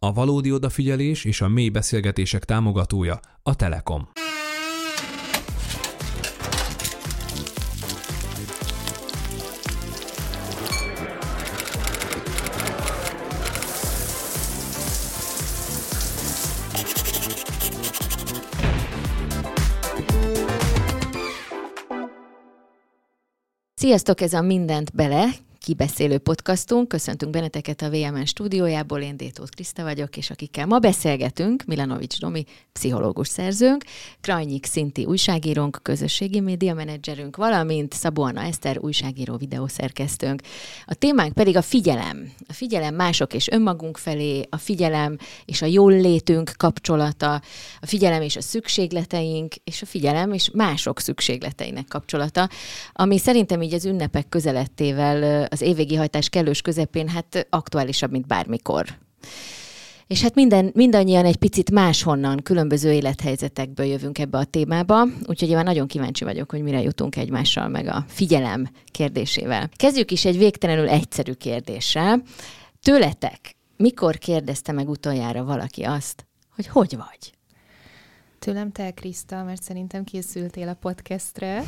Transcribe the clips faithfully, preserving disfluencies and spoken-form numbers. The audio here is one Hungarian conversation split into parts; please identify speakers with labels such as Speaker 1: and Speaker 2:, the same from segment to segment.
Speaker 1: A valódi odafigyelés és a mély beszélgetések támogatója a Telekom.
Speaker 2: Sziasztok, ez a Mindent bele kibeszélő podcastunk. Köszöntünk benneteket a vé em en stúdiójából, én Détóth Kriszta vagyok, és akikkel ma beszélgetünk, Milanovics Domi, pszichológus szerzőnk, Krajnyik Szinti újságírónk, közösségi média menedzserünk, valamint Szabó Anna Eszter újságíró, videószerkesztőnk. A témánk pedig a figyelem. A figyelem mások és önmagunk felé, a figyelem és a jól létünk kapcsolata, a figyelem és a szükségleteink, és a figyelem és mások szükségleteinek kapcsolata, ami szerintem így az ünnepek közelettével az évvégi hajtás kellős közepén hát aktuálisabb, mint bármikor. És hát minden, mindannyian egy picit máshonnan, különböző élethelyzetekből jövünk ebbe a témába, úgyhogy én már nagyon kíváncsi vagyok, hogy mire jutunk egymással, meg a figyelem kérdésével. Kezdjük is egy végtelenül egyszerű kérdéssel. Tőletek mikor kérdezte meg utoljára valaki azt, hogy hogy vagy?
Speaker 3: Tőlem te, Kriszta, mert szerintem készültél a podcastre.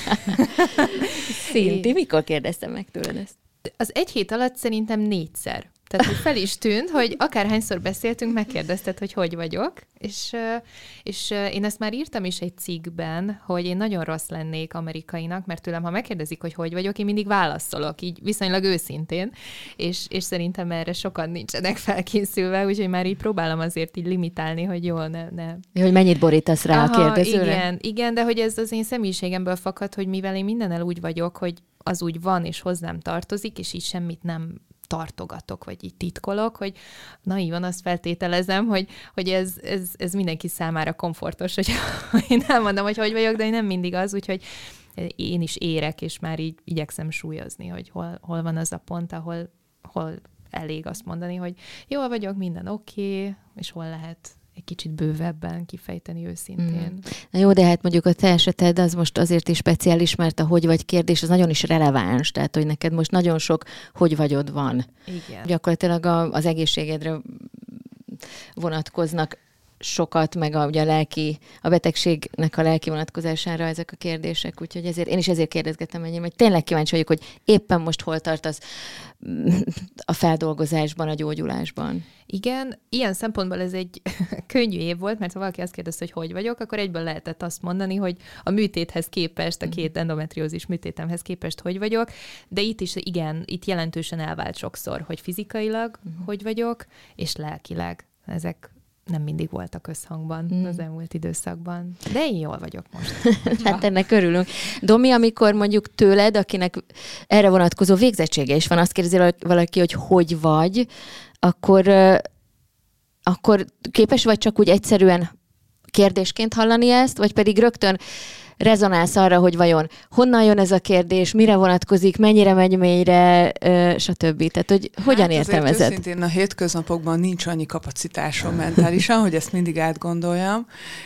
Speaker 2: Szinti, mikor kérdeztem meg tőled ezt?
Speaker 3: Az egy hét alatt szerintem négyszer. Tehát hogy fel is tűnt, hogy akárhányszor beszéltünk, megkérdezted, hogy hogy vagyok, és, és én ezt már írtam is egy cikkben, hogy én nagyon rossz lennék amerikainak, mert tőlem, ha megkérdezik, hogy hogy vagyok, én mindig válaszolok, így viszonylag őszintén, és, és szerintem erre sokan nincsenek felkészülve, úgyhogy már így próbálom azért így limitálni, hogy jól ne... ne.
Speaker 2: Hogy mennyit borítasz rá
Speaker 3: Aha,
Speaker 2: a kérdezőre?
Speaker 3: Igen, igen, de hogy ez az én személyiségemből fakad, hogy mivel én mindennel úgy vagyok, hogy az úgy van, és hozzám tartozik, és így semmit nem tartogatok, vagy így titkolok, hogy naívan azt feltételezem, hogy, hogy ez, ez, ez mindenki számára komfortos, hogy én elmondom, hogy hogy vagyok, de nem mindig az, úgyhogy én is érek, és már így igyekszem súlyozni, hogy hol, hol van az a pont, ahol hol elég azt mondani, hogy jól vagyok, minden oké, okay, és hol lehet egy kicsit bővebben kifejteni őszintén.
Speaker 2: Mm. Na jó, de hát mondjuk a te eseted az most azért is speciális, mert a hogy vagy kérdés az nagyon is releváns, tehát hogy neked most nagyon sok hogy vagyod van.
Speaker 3: Igen.
Speaker 2: Gyakorlatilag a, az egészségedre vonatkoznak sokat, meg a, ugye a lelki, a betegségnek a lelki vonatkozására ezek a kérdések, úgyhogy ezért, én is ezért kérdezgettem ennyi, hogy tényleg kíváncsi vagyok, hogy éppen most hol tartasz a feldolgozásban, a gyógyulásban.
Speaker 3: Igen, ilyen szempontból ez egy könnyű év volt, mert ha valaki azt kérdezte, hogy hogy vagyok, akkor egyből lehetett azt mondani, hogy a műtéthez képest, a két endometriózis műtétemhez képest hogy vagyok, de itt is igen, itt jelentősen elvált sokszor, hogy fizikailag uh-huh. hogy vagyok, és lelkileg. Ezek nem mindig voltak összhangban mm. az elmúlt időszakban. De én jól vagyok most.
Speaker 2: Hát ennek örülünk. Domi, amikor mondjuk tőled, akinek erre vonatkozó végzettsége is van, azt kérdezi valaki, hogy hogy vagy, akkor, akkor képes vagy csak úgy egyszerűen kérdésként hallani ezt, vagy pedig rögtön rezonálsz arra, hogy vajon honnan jön ez a kérdés, mire vonatkozik, mennyire megy mélyre, stb. Tehát, hogy hogyan
Speaker 4: hát
Speaker 2: értelmezed?
Speaker 4: Azért őszintén a hétköznapokban nincs annyi kapacitásom mentálisan, hogy ezt mindig átgondoljam.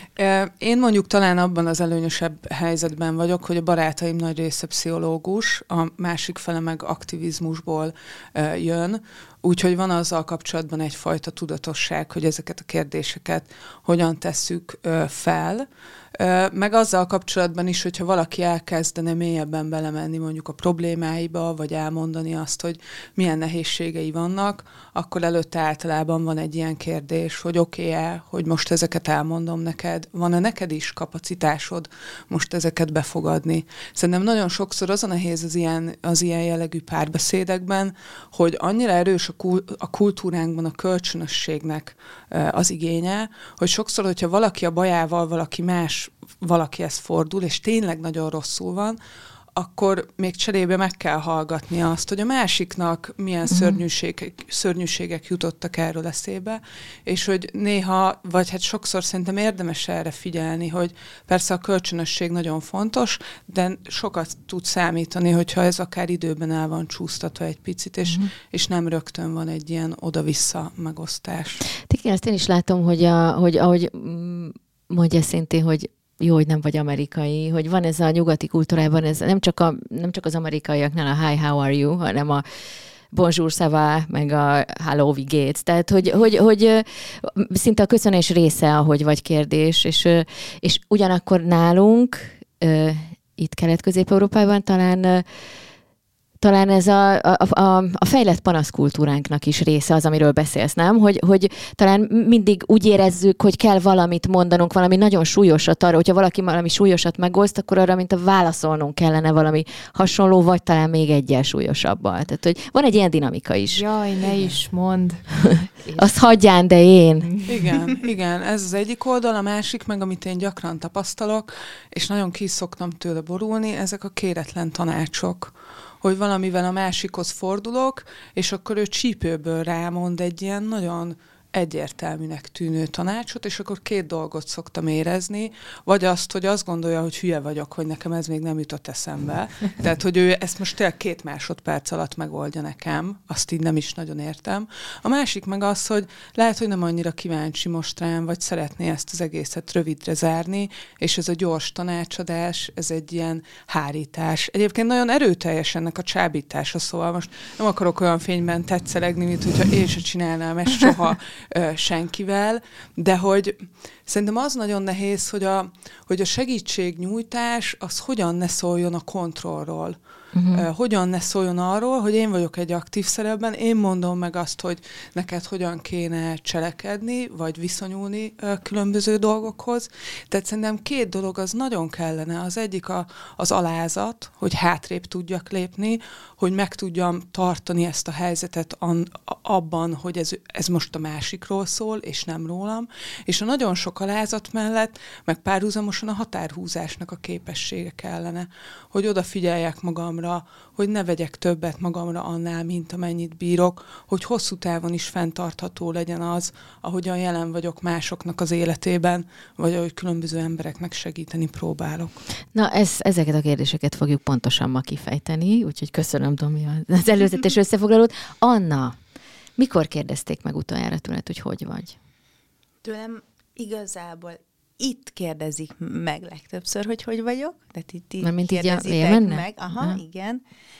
Speaker 4: Én mondjuk talán abban az előnyösebb helyzetben vagyok, hogy a barátaim nagy része pszichológus, a másik fele meg aktivizmusból jön, úgyhogy van azzal kapcsolatban egyfajta tudatosság, hogy ezeket a kérdéseket hogyan tesszük fel, meg azzal kapcsolatban is, hogyha valaki elkezdene mélyebben belemenni mondjuk a problémáiba, vagy elmondani azt, hogy milyen nehézségei vannak, akkor előtte általában van egy ilyen kérdés, hogy oké-e, hogy most ezeket elmondom neked, van-e neked is kapacitásod most ezeket befogadni. Szerintem nagyon sokszor az a nehéz az ilyen, az ilyen jellegű párbeszédekben, hogy annyira erős a, kul- a kultúránkban a kölcsönösségnek az igénye, hogy sokszor, hogyha valaki a bajával, valaki más valakihez fordul, és tényleg nagyon rosszul van, akkor még cserébe meg kell hallgatni azt, hogy a másiknak milyen uh-huh. szörnyűségek, szörnyűségek jutottak erről eszébe, és hogy néha, vagy hát sokszor szerintem érdemes erre figyelni, hogy persze a kölcsönösség nagyon fontos, de sokat tud számítani, hogyha ez akár időben el van csúsztatva egy picit, és, uh-huh. és nem rögtön van egy ilyen oda-vissza megosztás.
Speaker 2: Igen, ezt én is látom, hogy, a, hogy ahogy mondja szintén, hogy jó, hogy nem vagy amerikai, hogy van ez a nyugati kultúrában, ez nem csak, a, nem csak az amerikaiaknál a hi, how are you, hanem a bonjour, ça va, meg a hello, wie geht's. Tehát, hogy, hogy, hogy szinte a köszönés része, ahogy vagy kérdés, és, és ugyanakkor nálunk, itt Kelet-Közép-Európában talán Talán ez a, a, a, a fejlett panaszkultúránknak is része az, amiről beszélsz, nem? Hogy, hogy talán mindig úgy érezzük, hogy kell valamit mondanunk, valami nagyon súlyosat arra, hogyha valaki valami súlyosat megoszt, akkor arra, mint a válaszolnunk kellene valami hasonló, vagy talán még egyel súlyosabbal. Tehát, hogy van egy ilyen dinamika is.
Speaker 3: Jaj, ne is mondd.
Speaker 2: Azt hagyján, de én.
Speaker 4: Igen, igen, ez az egyik oldal, a másik meg, amit én gyakran tapasztalok, és nagyon ki szoktam tőle borulni, ezek a kéretlen tanácsok, hogy valamivel a másikhoz fordulok, és akkor ő csípőből rámond egy ilyen nagyon egyértelműnek tűnő tanácsot, és akkor két dolgot szoktam érezni, vagy azt, hogy azt gondolja, hogy hülye vagyok, hogy nekem ez még nem jutott eszembe. Tehát, hogy ő ezt most tényleg két másodperc alatt megoldja nekem, azt így nem is nagyon értem. A másik meg az, hogy lehet, hogy nem annyira kíváncsi most rám, vagy szeretné ezt az egészet rövidre zárni, és ez a gyors tanácsadás, ez egy ilyen hárítás. Egyébként nagyon erőteljes ennek a csábítása, szóval most nem akarok olyan fényben tetszelegni, mint hogyha én se csinálnám ezt soha senkivel, de hogy szerintem az nagyon nehéz, hogy a, hogy a segítségnyújtás az hogyan ne szóljon a kontrollról. Uh-huh. Hogyan ne szóljon arról, hogy én vagyok egy aktív szerepben, én mondom meg azt, hogy neked hogyan kéne cselekedni, vagy viszonyulni különböző dolgokhoz. Tehát szerintem két dolog az nagyon kellene. Az egyik a, az alázat, hogy hátrébb tudjak lépni, hogy meg tudjam tartani ezt a helyzetet an, abban, hogy ez, ez most a másikról szól, és nem rólam. És a nagyon sok alázat mellett, meg párhuzamosan a határhúzásnak a képessége kellene, hogy odafigyeljek magamra, hogy ne vegyek többet magamra annál, mint amennyit bírok, hogy hosszú távon is fenntartható legyen az, ahogyan jelen vagyok másoknak az életében, vagy ahogy különböző embereknek segíteni próbálok.
Speaker 2: Na, ez, ezeket a kérdéseket fogjuk pontosan ma kifejteni, úgyhogy köszönöm, Domi, az előzetes összefoglalót. Anna, mikor kérdezték meg utoljára tőled, hogy hogy vagy?
Speaker 5: Tőlem igazából itt kérdezik meg legtöbbször, hogy hogy vagyok. Tehát itt, itt
Speaker 2: mint
Speaker 5: kérdezitek meg. Aha, ha. Igen.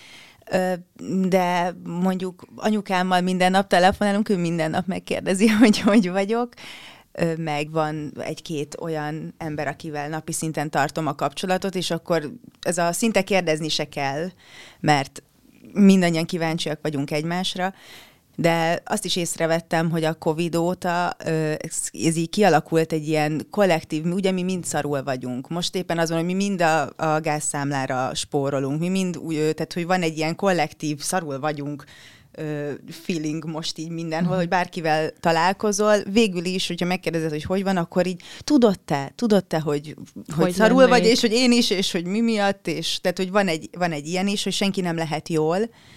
Speaker 5: De mondjuk anyukámmal minden nap telefonálunk, ő minden nap megkérdezi, hogy hogy vagyok. Meg van egy-két olyan ember, akivel napi szinten tartom a kapcsolatot, és akkor ez a szinte kérdezni se kell, mert mindannyian kíváncsiak vagyunk egymásra. De azt is észrevettem, hogy a Covid óta ez így kialakult egy ilyen kollektív, ugye mi mind szarul vagyunk. Most éppen azon, hogy mi mind a, a gázszámlára spórolunk, mi mind úgy, tehát hogy van egy ilyen kollektív szarul vagyunk feeling most így mindenhol, uh-huh. hogy bárkivel találkozol, végül is, hogyha megkérdezed, hogy hogy van, akkor így tudod te, tudod te, hogy, hogy, hogy szarul vagy, és hogy én is, és hogy mi miatt, és tehát, hogy van egy, van egy ilyen is, hogy senki nem lehet jól,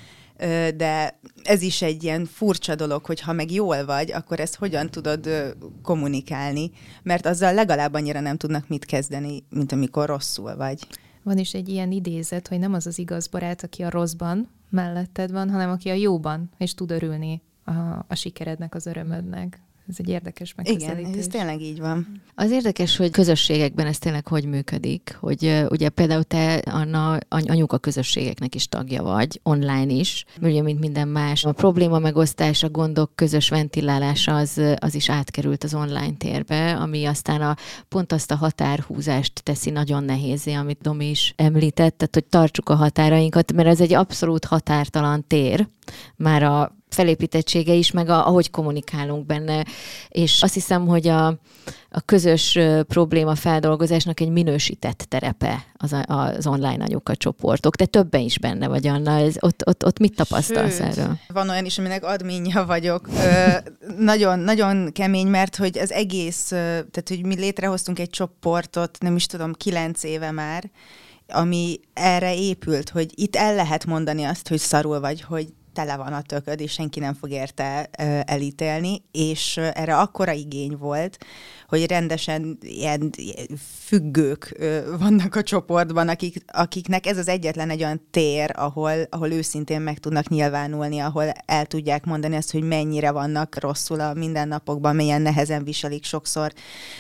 Speaker 5: de ez is egy ilyen furcsa dolog, hogy ha meg jól vagy, akkor ezt hogyan tudod kommunikálni, mert azzal legalább annyira nem tudnak mit kezdeni, mint amikor rosszul vagy.
Speaker 3: Van is egy ilyen idézet, hogy nem az az igaz barát, aki a rosszban melletted van, hanem aki a jóban, és tud örülni a, a sikerednek, az örömödnek. Ez egy érdekes megközelítés.
Speaker 5: Igen, ez tényleg így van.
Speaker 2: Az érdekes, hogy közösségekben ez tényleg hogy működik, hogy uh, ugye például te, Anna, anyuka közösségeknek is tagja vagy, online is, ugye, mint minden más. A probléma megosztás, a gondok közös ventilálása az, az is átkerült az online térbe, ami aztán a, pont azt a határhúzást teszi nagyon nehézé, amit Domi is említett, tehát hogy tartsuk a határainkat, mert ez egy abszolút határtalan tér, már a felépítettsége is, meg a, ahogy kommunikálunk benne. És azt hiszem, hogy a, a közös probléma feldolgozásnak egy minősített terepe az, a, az online anyuka csoportok. Te többen is benne vagy, Anna. Ez, ott, ott, ott mit tapasztalsz Sőt, erről?
Speaker 5: Van olyan is, aminek adminja vagyok. Ö, nagyon, nagyon kemény, mert hogy az egész, tehát hogy mi létrehoztunk egy csoportot, nem is tudom, kilenc éve már, ami erre épült, hogy itt el lehet mondani azt, hogy szarul vagy, hogy tele van a tököd, és senki nem fog érte uh, elítélni, és uh, erre akkora igény volt, hogy rendesen ilyen függők uh, vannak a csoportban, akik, akiknek ez az egyetlen egy olyan tér, ahol, ahol őszintén meg tudnak nyilvánulni, ahol el tudják mondani azt, hogy mennyire vannak rosszul a mindennapokban, milyen nehezen viselik sokszor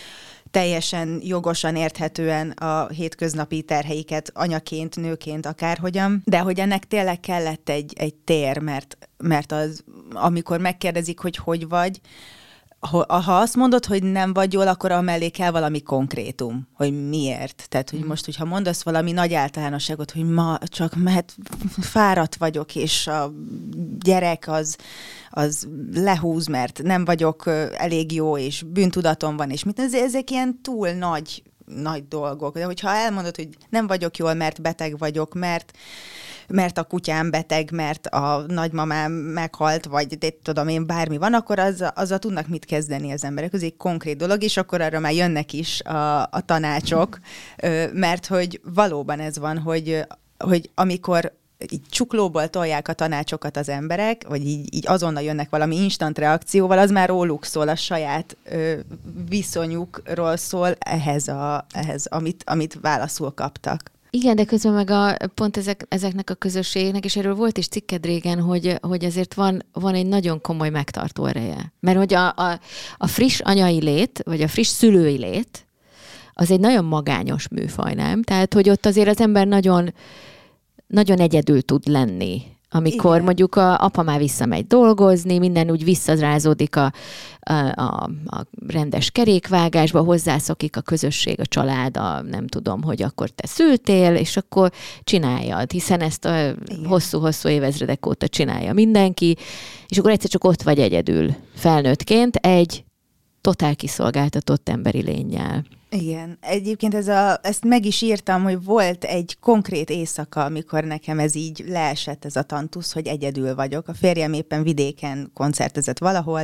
Speaker 5: teljesen jogosan, érthetően a hétköznapi terheiket anyaként, nőként, akárhogyan, de hogy ennek tényleg kellett egy, egy tér, mert, mert az, amikor megkérdezik, hogy hogy vagy, ha azt mondod, hogy nem vagy jól, akkor amellé kell valami konkrétum, hogy miért. Tehát, hogy most, hogyha mondasz valami nagy általánosságot, hogy ma csak mert fáradt vagyok, és a gyerek az, az lehúz, mert nem vagyok elég jó, és bűntudatom van, és mit, ezek ilyen túl nagy, nagy dolgok. De hogyha elmondod, hogy nem vagyok jól, mert beteg vagyok, mert mert a kutyám beteg, mert a nagymamám meghalt, vagy de, tudom én, bármi van, akkor az, azzal tudnak mit kezdeni az emberek. Ez egy konkrét dolog, és akkor arra már jönnek is a, a tanácsok, mert hogy valóban ez van, hogy, hogy amikor így csuklóból tolják a tanácsokat az emberek, vagy így, így azonnal jönnek valami instant reakcióval, az már róluk szól, a saját ö, viszonyukról szól ehhez, a, ehhez amit, amit válaszul kaptak.
Speaker 2: Igen, de közben meg a, pont ezek, ezeknek a közösségeknek, és erről volt is cikked régen, hogy, hogy ezért van, van egy nagyon komoly megtartó ereje. Mert hogy a, a, a friss anyai lét, vagy a friss szülői lét, az egy nagyon magányos műfaj, nem? Tehát, hogy ott azért az ember nagyon, nagyon egyedül tud lenni. Amikor igen. mondjuk a apa már visszamegy dolgozni, minden úgy visszarázódik a, a, a, a rendes kerékvágásba, hozzászokik a közösség, a család, a, nem tudom, hogy akkor te szültél, és akkor csináljad, hiszen ezt a hosszú-hosszú évezredek óta csinálja mindenki, és akkor egyszer csak ott vagy egyedül felnőttként egy totál kiszolgáltatott emberi lénnyel.
Speaker 5: Igen. Egyébként ez a, ezt meg is írtam, hogy volt egy konkrét éjszaka, amikor nekem ez így leesett, ez a tantusz, hogy egyedül vagyok. A férjem éppen vidéken koncertezett valahol,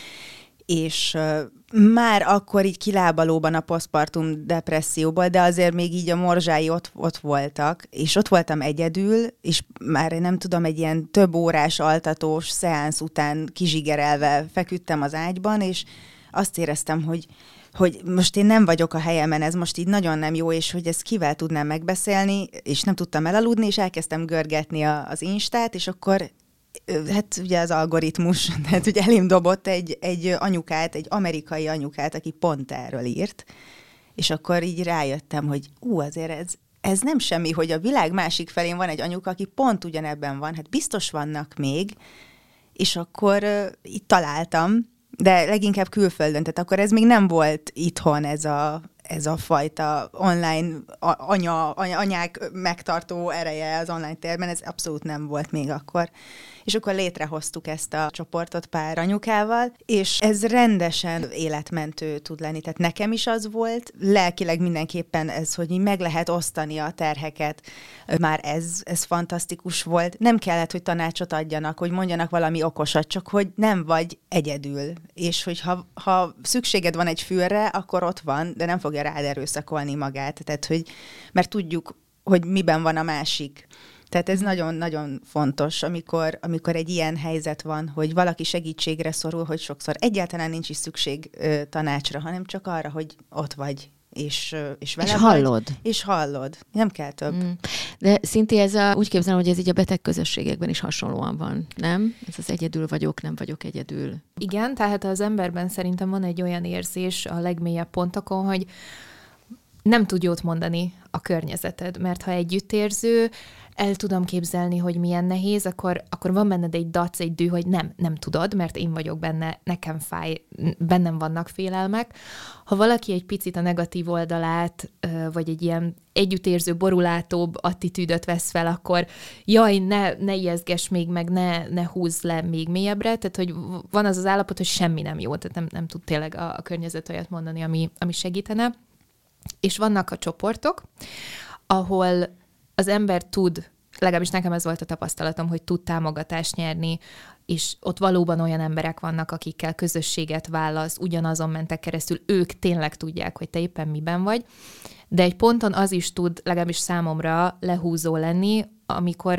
Speaker 5: és uh, már akkor így kilábalóban a posztpartum depresszióból, de azért még így a morzsái ott, ott voltak, és ott voltam egyedül, és már nem tudom, egy ilyen több órás altatós szeánsz után kizsigerelve feküdtem az ágyban, és azt éreztem, hogy hogy most én nem vagyok a helyemen, ez most így nagyon nem jó, és hogy ezt kivel tudnám megbeszélni, és nem tudtam elaludni, és elkezdtem görgetni a, az Instát, és akkor hát ugye az algoritmus, tehát ugye elém dobott egy, egy anyukát, egy amerikai anyukát, aki pont erről írt, és akkor így rájöttem, hogy ú, azért ez, ez nem semmi, hogy a világ másik felén van egy anyuka, aki pont ugyanebben van, hát biztos vannak még, és akkor uh, itt találtam, de leginkább külföldön, tehát akkor ez még nem volt itthon ez a, ez a fajta online anya, anya, anyák megtartó ereje az online térben, ez abszolút nem volt még akkor. És akkor létrehoztuk ezt a csoportot pár anyukával, és ez rendesen életmentő tud lenni. Tehát nekem is az volt, lelkileg mindenképpen ez, hogy meg lehet osztani a terheket. Már ez, ez fantasztikus volt. Nem kellett, hogy tanácsot adjanak, hogy mondjanak valami okosat, csak hogy nem vagy egyedül. És hogy ha, ha szükséged van egy fülre, akkor ott van, de nem fogja rád erőszakolni magát. Tehát, hogy, mert tudjuk, hogy miben van a másik. Tehát ez nagyon-nagyon fontos, amikor, amikor egy ilyen helyzet van, hogy valaki segítségre szorul, hogy sokszor egyáltalán nincs is szükség ö, tanácsra, hanem csak arra, hogy ott vagy, és, ö, és vele
Speaker 2: és
Speaker 5: vagy,
Speaker 2: hallod.
Speaker 5: És hallod. Nem kell több. Mm.
Speaker 2: De Szinti, ez a, úgy képzelem, hogy ez így a beteg közösségekben is hasonlóan van, nem? Ez az egyedül vagyok, nem vagyok egyedül.
Speaker 3: Igen, tehát az emberben szerintem van egy olyan érzés a legmélyebb pontokon, hogy nem tud jót mondani a környezeted, mert ha együttérző, el tudom képzelni, hogy milyen nehéz, akkor, akkor van benned egy dac, egy dű, hogy nem, nem tudod, mert én vagyok benne, nekem fáj, bennem vannak félelmek. Ha valaki egy picit a negatív oldalát, vagy egy ilyen együttérző, borulátóbb attitűdöt vesz fel, akkor jaj, ne, ne ijeszgess még meg, ne, ne húzz le még mélyebbre, tehát hogy van az az állapot, hogy semmi nem jó, tehát nem, nem tud tényleg a, a környezet olyat mondani, ami, ami segítene. És vannak a csoportok, ahol az ember tud, legalábbis nekem ez volt a tapasztalatom, hogy tud támogatást nyerni, és ott valóban olyan emberek vannak, akikkel közösséget válasz, ugyanazon mentek keresztül, ők tényleg tudják, hogy te éppen miben vagy, de egy ponton az is tud, legalábbis számomra lehúzó lenni, amikor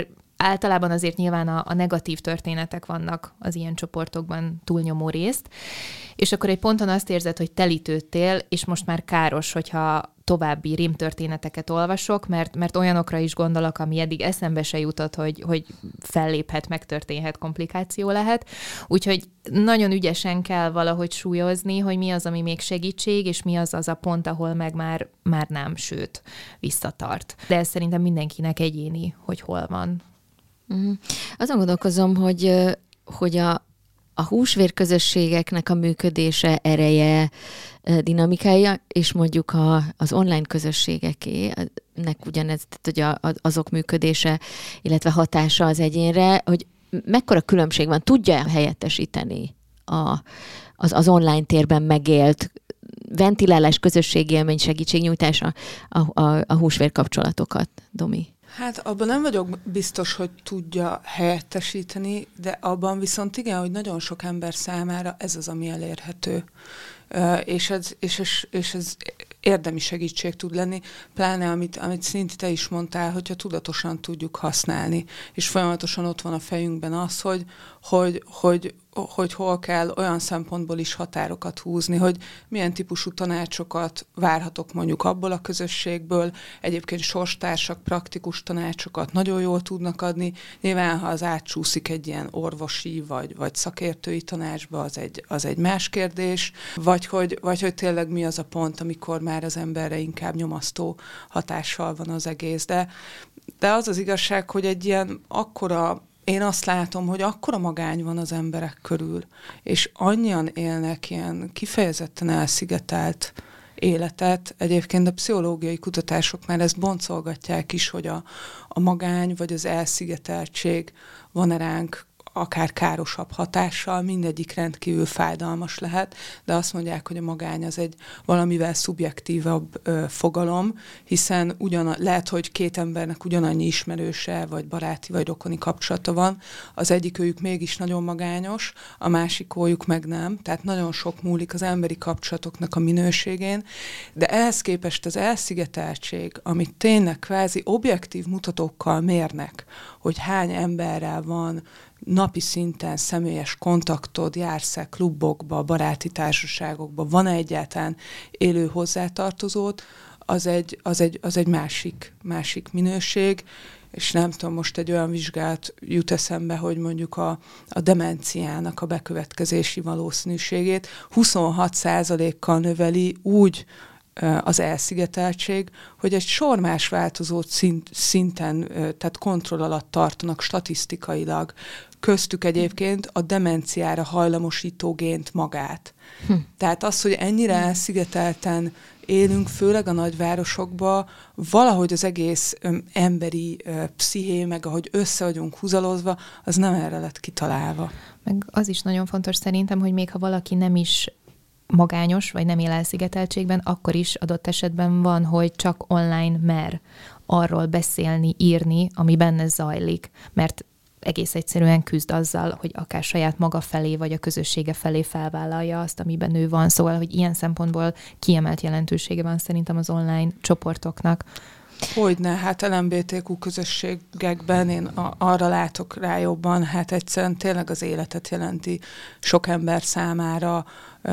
Speaker 3: általában azért nyilván a, a negatív történetek vannak az ilyen csoportokban túlnyomó részt, és akkor egy ponton azt érzed, hogy telítődtél, és most már káros, hogyha további rémtörténeteket olvasok, mert, mert olyanokra is gondolok, ami eddig eszembe se jutott, hogy, hogy felléphet, megtörténhet, komplikáció lehet. Úgyhogy nagyon ügyesen kell valahogy súlyozni, hogy mi az, ami még segítség, és mi az az a pont, ahol meg már, már nem, sőt, visszatart. De ez szerintem mindenkinek egyéni, hogy hol van.
Speaker 2: Uh-huh. Azon gondolkozom, hogy, hogy a, a húsvérközösségeknek a működése, ereje, dinamikája, és mondjuk a, az online közösségeké, nek ugyanez, tehát hogy a, azok működése, illetve hatása az egyénre, hogy mekkora különbség van, tudja helyettesíteni a, az, az online térben megélt ventilálás, közösségélmény, segítségnyújtása a, a, a húsvér kapcsolatokat, Domi?
Speaker 4: Hát abban nem vagyok biztos, hogy tudja helyettesíteni, de abban viszont igen, hogy nagyon sok ember számára ez az, ami elérhető. Uh, és, ez, és, és, és ez érdemi segítség tud lenni, pláne amit, amit Szinti te is mondtál, hogyha tudatosan tudjuk használni, és folyamatosan ott van a fejünkben az, hogy, hogy, hogy, hogy hol kell olyan szempontból is határokat húzni, hogy milyen típusú tanácsokat várhatok mondjuk abból a közösségből, egyébként sorstársak praktikus tanácsokat nagyon jól tudnak adni, nyilván ha az átcsúszik egy ilyen orvosi vagy, vagy szakértői tanácsba, az egy, az egy más kérdés, vagy hogy, vagy hogy tényleg mi az a pont, amikor már az emberre inkább nyomasztó hatással van az egész. De, de az az igazság, hogy egy ilyen akkora, én azt látom, hogy akkora magány van az emberek körül, és annyian élnek ilyen kifejezetten elszigetelt életet. Egyébként a pszichológiai kutatások már ezt boncolgatják is, hogy a, a magány vagy az elszigeteltség van-e ránk akár károsabb hatással, mindegyik rendkívül fájdalmas lehet, de azt mondják, hogy a magány az egy valamivel szubjektívabb ö, fogalom, hiszen ugyan, lehet, hogy két embernek ugyanannyi ismerőse, vagy baráti, vagy rokoni kapcsolata van, az egyik őjük mégis nagyon magányos, a másik ójuk meg nem, tehát nagyon sok múlik az emberi kapcsolatoknak a minőségén, de ehhez képest az elszigeteltség, amit tényleg kvázi objektív mutatókkal mérnek, hogy hány emberrel van napi szinten személyes kontaktod, jársz-e klubokba, baráti társaságokba, van-e egyáltalán élő hozzátartozód, az egy, az egy, az egy másik, másik minőség, és nem tudom, most egy olyan vizsgálat jut eszembe, hogy mondjuk a, a demenciának a bekövetkezési valószínűségét huszonhat százalékkal növeli úgy az elszigeteltség, hogy egy sor más változót szint, szinten, tehát kontroll alatt tartanak statisztikailag, köztük egyébként a demenciára hajlamosító gént magát. Hm. Tehát az, hogy ennyire elszigetelten élünk, főleg a nagyvárosokban, valahogy az egész öm, emberi ö, psziché, meg ahogy össze vagyunk húzalozva, az nem erre lett kitalálva.
Speaker 3: Meg az is nagyon fontos szerintem, hogy még ha valaki nem is magányos, vagy nem él elszigeteltségben, akkor is adott esetben van, hogy csak online mer arról beszélni, írni, ami benne zajlik, mert egész egyszerűen küzd azzal, hogy akár saját maga felé, vagy a közössége felé felvállalja azt, amiben ő van. Szóval, hogy ilyen szempontból kiemelt jelentősége van szerintem az online csoportoknak.
Speaker 4: Hogyne, hát el em bé té kú közösségekben én a, arra látok rá jobban, hát egyszerűen tényleg az életet jelenti sok ember számára,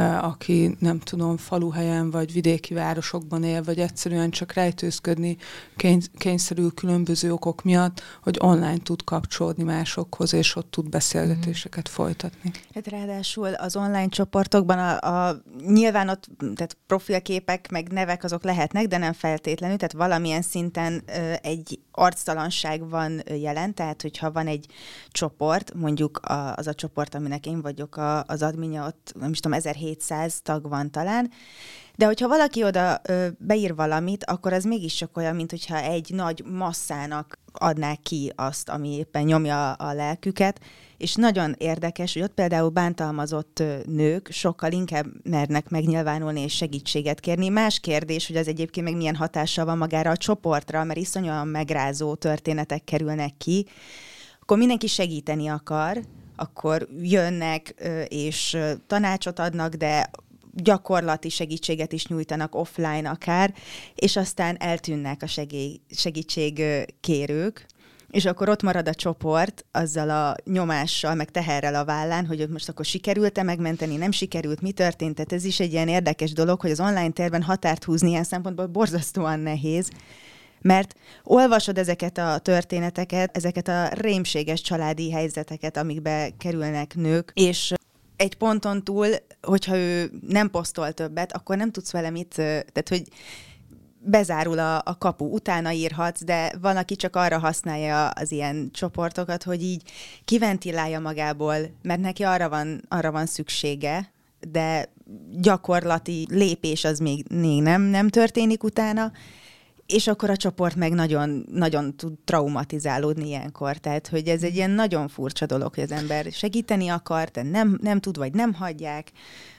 Speaker 4: aki nem tudom, faluhelyen vagy vidéki városokban él, vagy egyszerűen csak rejtőzködni kény- kényszerül különböző okok miatt, hogy online tud kapcsolódni másokhoz, és ott tud beszélgetéseket mm. folytatni.
Speaker 5: Hát ráadásul az online csoportokban a, a, nyilván ott tehát profilképek, meg nevek azok lehetnek, de nem feltétlenül, tehát valamilyen szinten ö, egy arctalanság van jelen, tehát hogyha van egy csoport, mondjuk a, az a csoport, aminek én vagyok a, az adminja, ott nem is tudom, ezerhétszáz tag van talán, de hogyha valaki oda ö, beír valamit, akkor az mégiscsak olyan, mint hogyha egy nagy masszának adnák ki azt, ami éppen nyomja a lelküket, és nagyon érdekes, hogy ott például bántalmazott nők sokkal inkább mernek megnyilvánulni és segítséget kérni. Más kérdés, hogy az egyébként meg milyen hatással van magára a csoportra, mert iszonyúan megrázó történetek kerülnek ki, akkor mindenki segíteni akar, akkor jönnek és tanácsot adnak, de gyakorlati segítséget is nyújtanak offline akár, és aztán eltűnnek a segély, segítségkérők, és akkor ott marad a csoport azzal a nyomással, meg teherrel a vállán, hogy ott most akkor sikerült-e megmenteni, nem sikerült, mi történt. Tehát ez is egy ilyen érdekes dolog, hogy az online térben határt húzni ilyen szempontból borzasztóan nehéz, mert olvasod ezeket a történeteket, ezeket a rémséges családi helyzeteket, amikbe kerülnek nők, és egy ponton túl, hogyha ő nem posztol többet, akkor nem tudsz vele mit, tehát hogy bezárul a, a kapu, utána írhatsz, de van, aki csak arra használja az ilyen csoportokat, hogy így kiventilálja magából, mert neki arra van, arra van szüksége, de gyakorlati lépés az még, még nem, nem történik utána, és akkor a csoport meg nagyon, nagyon tud traumatizálódni ilyenkor. Tehát, hogy ez egy ilyen nagyon furcsa dolog, hogy az ember segíteni akar, de nem, nem tud, vagy nem hagyják.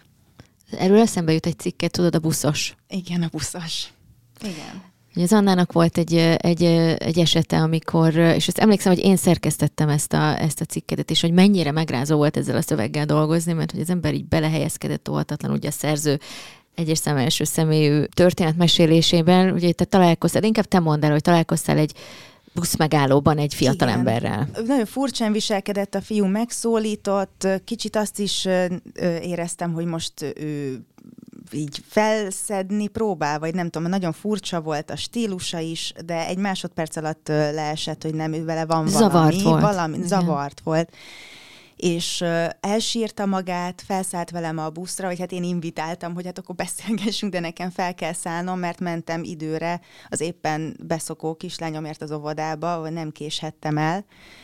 Speaker 2: Erről eszembe jut egy cikket, tudod, a buszos.
Speaker 5: Igen, a buszos. Igen.
Speaker 2: Az Annának volt egy, egy, egy esete, amikor, és ezt emlékszem, hogy én szerkesztettem ezt a, ezt a cikkedet, és hogy mennyire megrázó volt ezzel a szöveggel dolgozni, mert hogy az ember így belehelyezkedett óhatatlan, ugye a szerző egyes szám első személyű történetmesélésében, ugye te találkoztál, inkább te mondd el, hogy találkoztál egy buszmegállóban egy fiatalemberrel.
Speaker 5: Nagyon furcsán viselkedett, a fiú megszólított, kicsit azt is éreztem, hogy most ő így felszedni próbál, vagy nem tudom, nagyon furcsa volt a stílusa is, de egy másodperc alatt leesett, hogy nem, ő vele van valami.
Speaker 2: Zavart volt.
Speaker 5: Valami, zavart volt. És uh, elsírta magát, felszállt velem a buszra, vagy hát én invitáltam, hogy hát akkor beszélgessünk, de nekem fel kell szállnom, mert mentem időre az éppen beszokó kislányomért az óvodába, vagy nem késhettem el.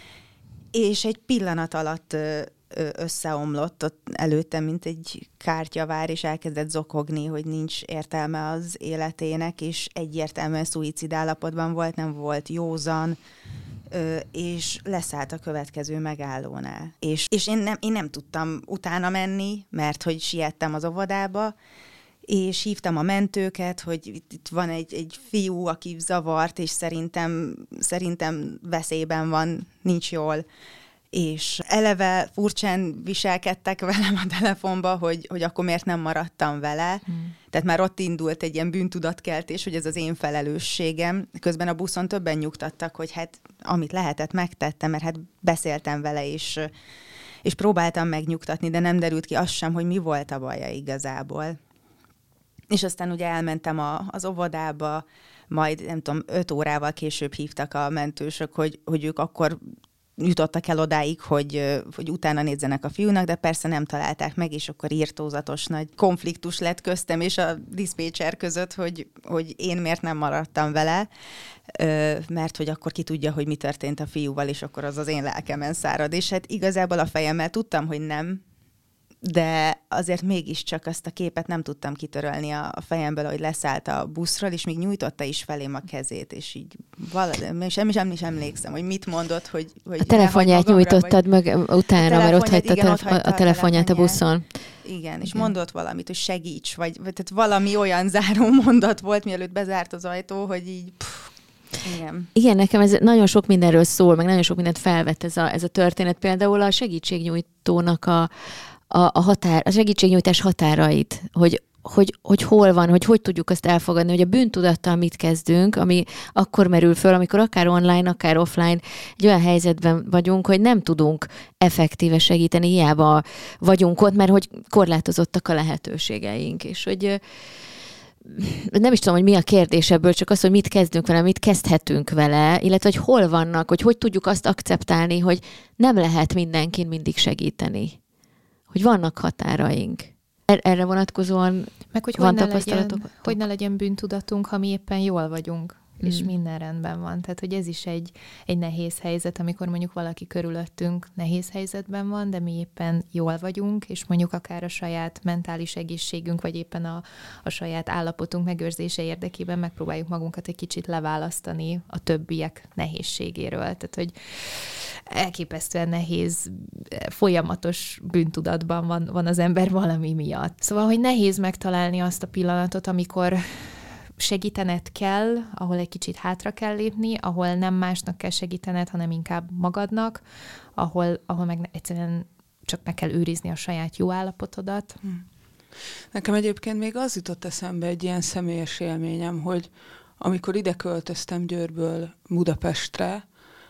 Speaker 5: És egy pillanat alatt uh, összeomlott ott előttem, mint egy kártyavár, és elkezdett zokogni, hogy nincs értelme az életének, és egyértelműen szuicid állapotban volt, nem volt józan, Ö, és leszállt a következő megállónál. És, és én, nem, én nem tudtam utána menni, mert hogy siettem az óvodába, és hívtam a mentőket, hogy itt, itt van egy, egy fiú, aki zavart, és szerintem, szerintem veszélyben van, nincs jól. És eleve furcsán viselkedtek velem a telefonba, hogy, hogy akkor miért nem maradtam vele. Hmm. Tehát már ott indult egy ilyen bűntudatkeltés, hogy ez az én felelősségem. Közben a buszon többen nyugtattak, hogy hát amit lehetett, megtettem, mert hát beszéltem vele, és, és próbáltam megnyugtatni, de nem derült ki az sem, hogy mi volt a baja igazából. És aztán ugye elmentem a, az óvodába, majd nem tudom, öt órával később hívtak a mentősök, hogy, hogy ők akkor jutottak el odáig, hogy, hogy utána nézzenek a fiúnak, de persze nem találták meg, és akkor írtózatos nagy konfliktus lett köztem és a diszpécser között, hogy, hogy én miért nem maradtam vele, mert hogy akkor ki tudja, hogy mi történt a fiúval, és akkor az az én lelkemen szárad. És hát igazából a fejemmel tudtam, hogy nem, de azért mégiscsak azt a képet nem tudtam kitörölni a fejemből, hogy leszállt a buszról, és még nyújtotta is felém a kezét, és így valahogy, sem is emlékszem, hogy mit mondott, hogy... hogy
Speaker 2: a telefonját nyújtottad
Speaker 5: vagy...
Speaker 2: meg utána, mert ott hagyta
Speaker 5: igen,
Speaker 2: a, telef- a telefonját a buszon.
Speaker 5: Igen,
Speaker 2: igen,
Speaker 5: és mondott valamit, hogy segíts, vagy, vagy tehát valami olyan záró mondat volt, mielőtt bezárt az ajtó, hogy így... Pff, igen.
Speaker 2: Igen, nekem ez nagyon sok mindenről szól, meg nagyon sok mindent felvett ez a, ez a történet. Például a segítségnyújtónak a A, a, határ, a segítségnyújtás határait, hogy, hogy, hogy hol van, hogy hogy tudjuk azt elfogadni, hogy a bűntudattal mit kezdünk, ami akkor merül föl, amikor akár online, akár offline egy olyan helyzetben vagyunk, hogy nem tudunk effektíve segíteni, hiába vagyunk ott, mert hogy korlátozottak a lehetőségeink, és hogy nem is tudom, hogy mi a kérdés ebből, csak az, hogy mit kezdünk vele, mit kezdhetünk vele, illetve hogy hol vannak, hogy hogy tudjuk azt akceptálni, hogy nem lehet mindenkin mindig segíteni. Hogy vannak határaink. Erre vonatkozóan
Speaker 3: meg hogy
Speaker 2: van
Speaker 3: hogy ne
Speaker 2: tapasztalatok?
Speaker 3: Legyen, hogy ne legyen bűntudatunk, ha mi éppen jól vagyunk, mm. és minden rendben van. Tehát, hogy ez is egy, egy nehéz helyzet, amikor mondjuk valaki körülöttünk nehéz helyzetben van, de mi éppen jól vagyunk, és mondjuk akár a saját mentális egészségünk, vagy éppen a, a saját állapotunk megőrzése érdekében megpróbáljuk magunkat egy kicsit leválasztani a többiek nehézségéről. Tehát, hogy elképesztően nehéz, folyamatos bűntudatban van, van az ember valami miatt. Szóval, hogy nehéz megtalálni azt a pillanatot, amikor segítened kell, ahol egy kicsit hátra kell lépni, ahol nem másnak kell segítened, hanem inkább magadnak, ahol, ahol meg egyszerűen csak meg kell őrizni a saját jó állapotodat.
Speaker 4: Nekem egyébként még az jutott eszembe egy ilyen személyes élményem, hogy amikor ide költöztem Győrből Budapestre,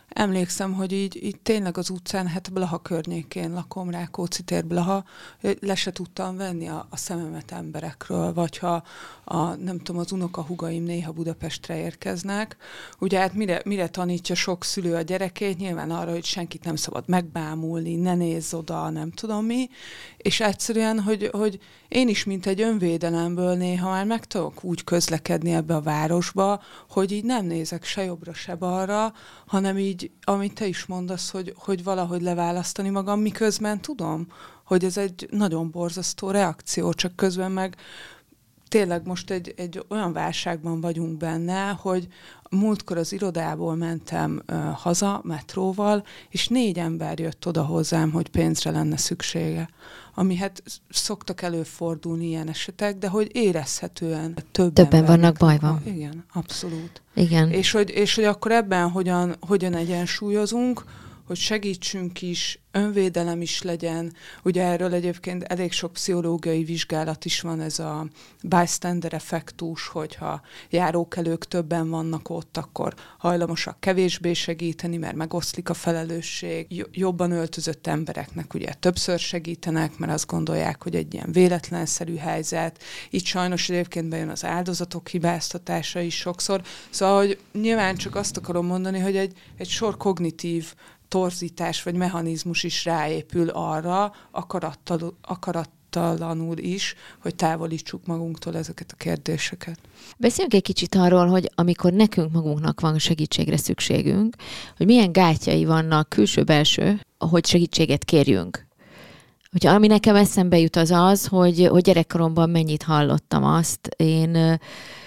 Speaker 4: emlékszem, hogy így, így tényleg az utcán, hát Blaha környékén lakom, Rákóczi tér, Blaha, le se tudtam venni a, a szememet emberekről, vagy ha a, nem tudom, az unokahúgaim néha Budapestre érkeznek. Ugye hát mire, mire tanítja sok szülő a gyerekét? Nyilván arra, hogy senkit nem szabad megbámulni, ne nézz oda, nem tudom mi. És egyszerűen, hogy, hogy én is, mint egy önvédelemből néha már meg tudok úgy közlekedni ebbe a városba, hogy így nem nézek se jobbra, se balra, hanem így, amit te is mondasz, hogy, hogy valahogy leválasztani magam, miközben tudom, hogy ez egy nagyon borzasztó reakció, csak közben meg tényleg most egy, egy olyan válságban vagyunk benne, hogy múltkor az irodából mentem uh, haza metróval, és négy ember jött oda hozzám, hogy pénzre lenne szüksége. Ami hát szoktak előfordulni ilyen esetek, de hogy érezhetően több
Speaker 2: Többen vannak bajban.
Speaker 4: Igen, abszolút.
Speaker 2: Igen.
Speaker 4: És hogy, és hogy akkor ebben hogyan, hogyan egyensúlyozunk, hogy segítsünk is, önvédelem is legyen. Ugye erről egyébként elég sok pszichológiai vizsgálat is van, ez a bystander effektus, hogyha járókelők többen vannak ott, akkor hajlamosak kevésbé segíteni, mert megoszlik a felelősség. Jobban öltözött embereknek ugye többször segítenek, mert azt gondolják, hogy egy ilyen véletlenszerű helyzet. Itt sajnos egyébként bejön az áldozatok hibáztatása is sokszor. Szóval, hogy nyilván csak azt akarom mondani, hogy egy, egy sor kognitív torzítás vagy mechanizmus is ráépül arra, akarattal, akarattalanul is, hogy távolítsuk magunktól ezeket a kérdéseket.
Speaker 2: Beszéljünk egy kicsit arról, hogy amikor nekünk magunknak van segítségre szükségünk, hogy milyen gátjai vannak külső-belső, hogy segítséget kérjünk. Hogyha ami nekem eszembe jut az az, hogy, hogy gyerekkoromban mennyit hallottam azt, én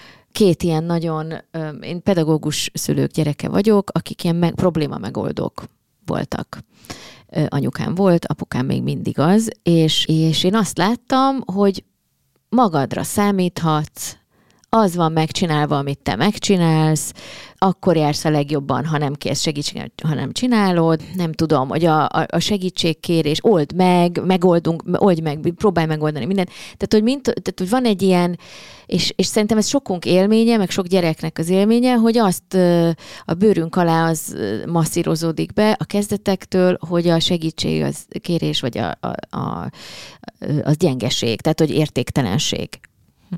Speaker 2: két ilyen nagyon, én pedagógus szülők gyereke vagyok, akik ilyen meg, probléma megoldók voltak. Anyukám volt, apukám még mindig az, és, és én azt láttam, hogy magadra számíthatsz, az van megcsinálva, amit te megcsinálsz, akkor jársz a legjobban, ha nem kérsz segítséget, ha nem csinálod. Nem tudom, hogy a, a, a segítségkérés, old meg, megoldunk, oldj meg, próbálj megoldani mindent. Tehát, hogy, mind, tehát, hogy van egy ilyen, és, és szerintem ez sokunk élménye, meg sok gyereknek az élménye, hogy azt a bőrünk alá az masszírozódik be a kezdetektől, hogy a segítség, az kérés, vagy a, a, a, az gyengeség, tehát, hogy értéktelenség. Hm.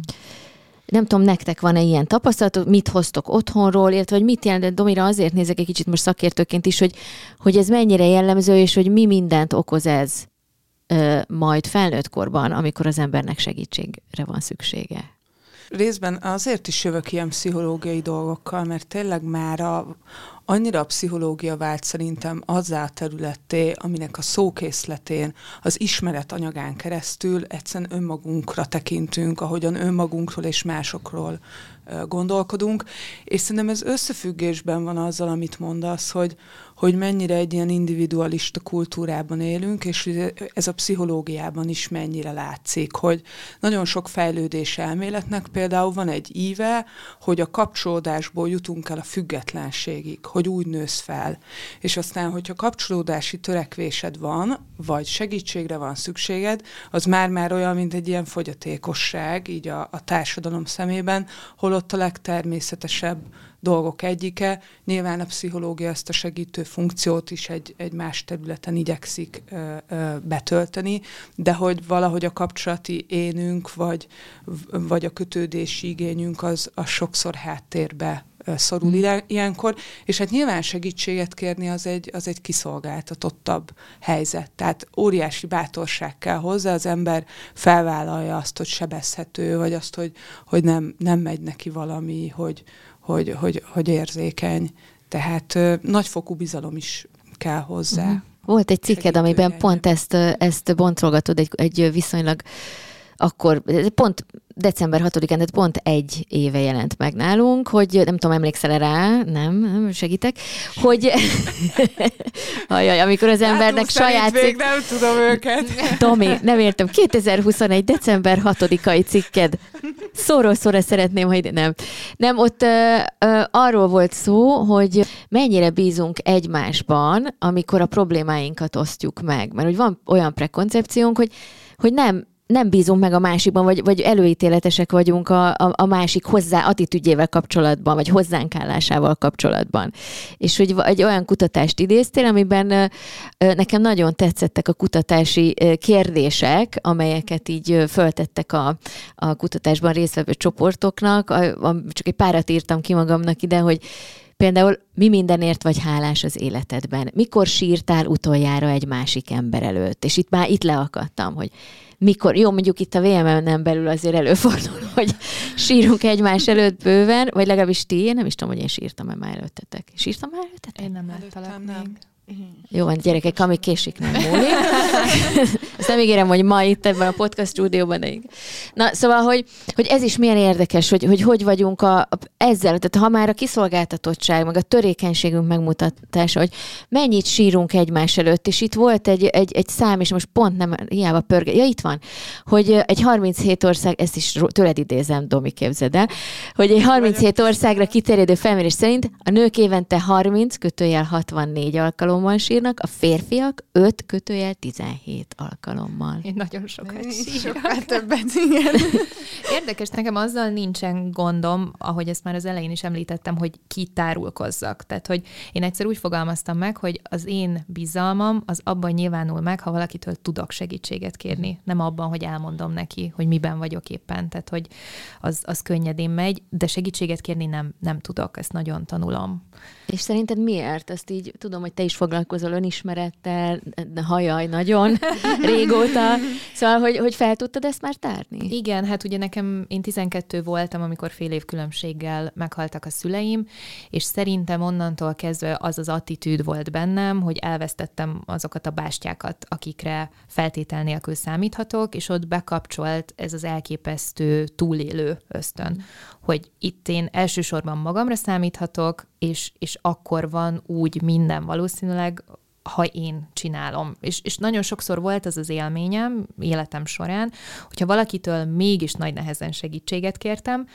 Speaker 2: Nem tudom, nektek van-e ilyen tapasztalatok, mit hoztok otthonról, illetve hogy mit jelent, Domira azért nézek egy kicsit most szakértőként is, hogy, hogy ez mennyire jellemző, és hogy mi mindent okoz ez ö, majd felnőtt korban, amikor az embernek segítségre van szüksége.
Speaker 4: Részben azért is jövök ilyen pszichológiai dolgokkal, mert tényleg már a, annyira a pszichológia vált szerintem azzá a területté, aminek a szókészletén, az ismeret anyagán keresztül egyszerűen önmagunkra tekintünk, ahogyan önmagunkról és másokról gondolkodunk, és szerintem ez összefüggésben van azzal, amit mondasz, hogy, hogy mennyire egy ilyen individualista kultúrában élünk, és ez a pszichológiában is mennyire látszik, hogy nagyon sok fejlődés elméletnek például van egy íve, hogy a kapcsolódásból jutunk el a függetlenségig, hogy úgy nősz fel. És aztán, hogyha kapcsolódási törekvésed van, vagy segítségre van szükséged, az már-már olyan, mint egy ilyen fogyatékosság, így a, a társadalom szemében, holott a legtermészetesebb dolgok egyike. Nyilván a pszichológia ezt a segítő funkciót is egy, egy más területen igyekszik ö, ö, betölteni, de hogy valahogy a kapcsolati énünk, vagy, vagy a kötődési igényünk az, az sokszor háttérbe szorul mm. ilyenkor, és hát nyilván segítséget kérni az egy, az egy kiszolgáltatottabb helyzet. Tehát óriási bátorság kell hozzá, az ember felvállalja azt, hogy sebezhető, vagy azt, hogy, hogy nem, nem megy neki valami, hogy, hogy, hogy, hogy érzékeny. Tehát ö, nagyfokú bizalom is kell hozzá. Mm.
Speaker 2: Volt egy cikked, amiben pont ezt, ezt boncolgatod, egy, egy viszonylag akkor pont december hatodikán, tehát pont egy éve jelent meg nálunk, hogy nem tudom, emlékszel rá, nem, nem segítek, hogy ajaj, amikor az embernek
Speaker 4: Látunk
Speaker 2: saját...
Speaker 4: Még nem tudom őket.
Speaker 2: Tomi, nem értem, kétezer-huszonegy. december hatodikai cikked. Szóról szóra szeretném, hogy nem. Nem, ott ö, ö, arról volt szó, hogy mennyire bízunk egymásban, amikor a problémáinkat osztjuk meg. Mert hogy van olyan prekoncepciónk, hogy, hogy nem, nem bízunk meg a másikban, vagy, vagy előítéletesek vagyunk a, a, a másik hozzá attitűdjével kapcsolatban, vagy hozzánk állásával kapcsolatban. És hogy egy olyan kutatást idéztél, amiben nekem nagyon tetszettek a kutatási kérdések, amelyeket így föltettek a, a kutatásban résztvevő csoportoknak. A, a, csak egy párat írtam ki magamnak ide, hogy például mi mindenért vagy hálás az életedben? Mikor sírtál utoljára egy másik ember előtt? És itt már itt leakadtam, hogy mikor, jó, mondjuk itt a vé em en belül azért előfordul, hogy sírunk egymás előtt bőven, vagy legalábbis ti, én nem is tudom, hogy én sírtam-e már előttetek. Sírtam már előttetek?
Speaker 3: Én nem láttalak még.
Speaker 2: Jó van, gyerekek, ami késik, nem múlik. Ezt nem ígérem, hogy ma itt ebben a podcast stúdióban, de így. Na, szóval, hogy, hogy ez is milyen érdekes, hogy hogy, hogy vagyunk a, a, ezzel, tehát ha már a kiszolgáltatottság, meg a törékenységünk megmutatása, hogy mennyit sírunk egymás előtt, és itt volt egy, egy, egy szám, és most pont nem, hiába pörge, ja, itt van, hogy egy harminchét ország, ezt is tőled idézem, Domi, képzeld el, hogy egy harminchét országra kiterjedő felmérés szerint a nők évente harminc kötőjel hatvannégy alkalommal sírnak, a férfiak öt kötőjel tizenhét alkalommal.
Speaker 3: Én nagyon sokat sírok.
Speaker 5: Sokkal többet, igen.
Speaker 3: Érdekes, nekem azzal nincsen gondom, ahogy ezt már az elején is említettem, hogy kitárulkozzak. Tehát, hogy én egyszer úgy fogalmaztam meg, hogy az én bizalmam az abban nyilvánul meg, ha valakitől tudok segítséget kérni. Nem abban, hogy elmondom neki, hogy miben vagyok éppen. Tehát, hogy az, az könnyedén megy, de segítséget kérni nem, nem tudok, ezt nagyon tanulom.
Speaker 2: És szerinted miért? Azt így tudom, hogy te is foglalkozol önismerettel, hajaj, nagyon régóta. Szóval, hogy, hogy fel tudtad ezt már tárni?
Speaker 3: Igen, hát ugye nekem, én tizenkettő voltam, amikor fél év különbséggel meghaltak a szüleim, és szerintem onnantól kezdve az az attitűd volt bennem, hogy elvesztettem azokat a bástyákat, akikre feltétel nélkül számíthatok, és ott bekapcsolt ez az elképesztő túlélő ösztön, mm. hogy itt én elsősorban magamra számíthatok, és, és akkor van úgy minden valószínűleg, ha én csinálom. És, és nagyon sokszor volt az az élményem életem során, hogyha valakitől mégis nagy nehezen segítséget kértem,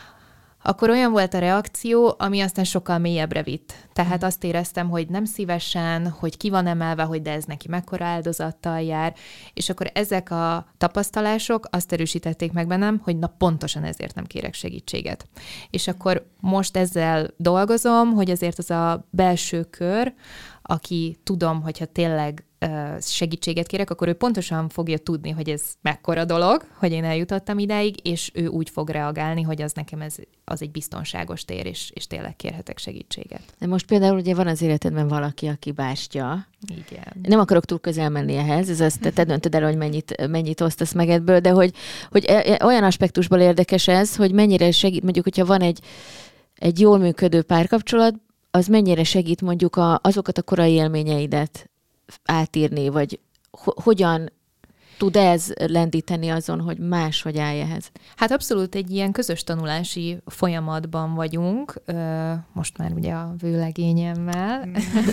Speaker 3: akkor olyan volt a reakció, ami aztán sokkal mélyebbre vitt. Tehát azt éreztem, hogy nem szívesen, hogy ki van emelve, hogy de ez neki mekkora áldozattal jár, és akkor ezek a tapasztalások azt erősítették meg bennem, hogy na pontosan ezért nem kérek segítséget. És akkor most ezzel dolgozom, hogy azért az a belső kör, aki tudom, hogyha tényleg segítséget kérek, akkor ő pontosan fogja tudni, hogy ez mekkora dolog, hogy én eljutottam idáig, és ő úgy fog reagálni, hogy az nekem ez, az egy biztonságos tér, és, és tényleg kérhetek segítséget. De
Speaker 2: most például ugye van az életedben valaki, aki bástya.
Speaker 3: Igen.
Speaker 2: Nem akarok túl közel menni ehhez, ez azt, te döntöd el, hogy mennyit, mennyit osztasz meg ebből, de hogy, hogy olyan aspektusból érdekes ez, hogy mennyire segít, mondjuk, hogyha van egy, egy jól működő párkapcsolat, az mennyire segít mondjuk a, azokat a korai élményeidet átírni, vagy ho- hogyan tud ez lendíteni azon, hogy máshogy állj ehhez?
Speaker 3: Hát abszolút egy ilyen közös tanulási folyamatban vagyunk, most már ugye a vőlegényemmel.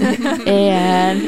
Speaker 2: Igen.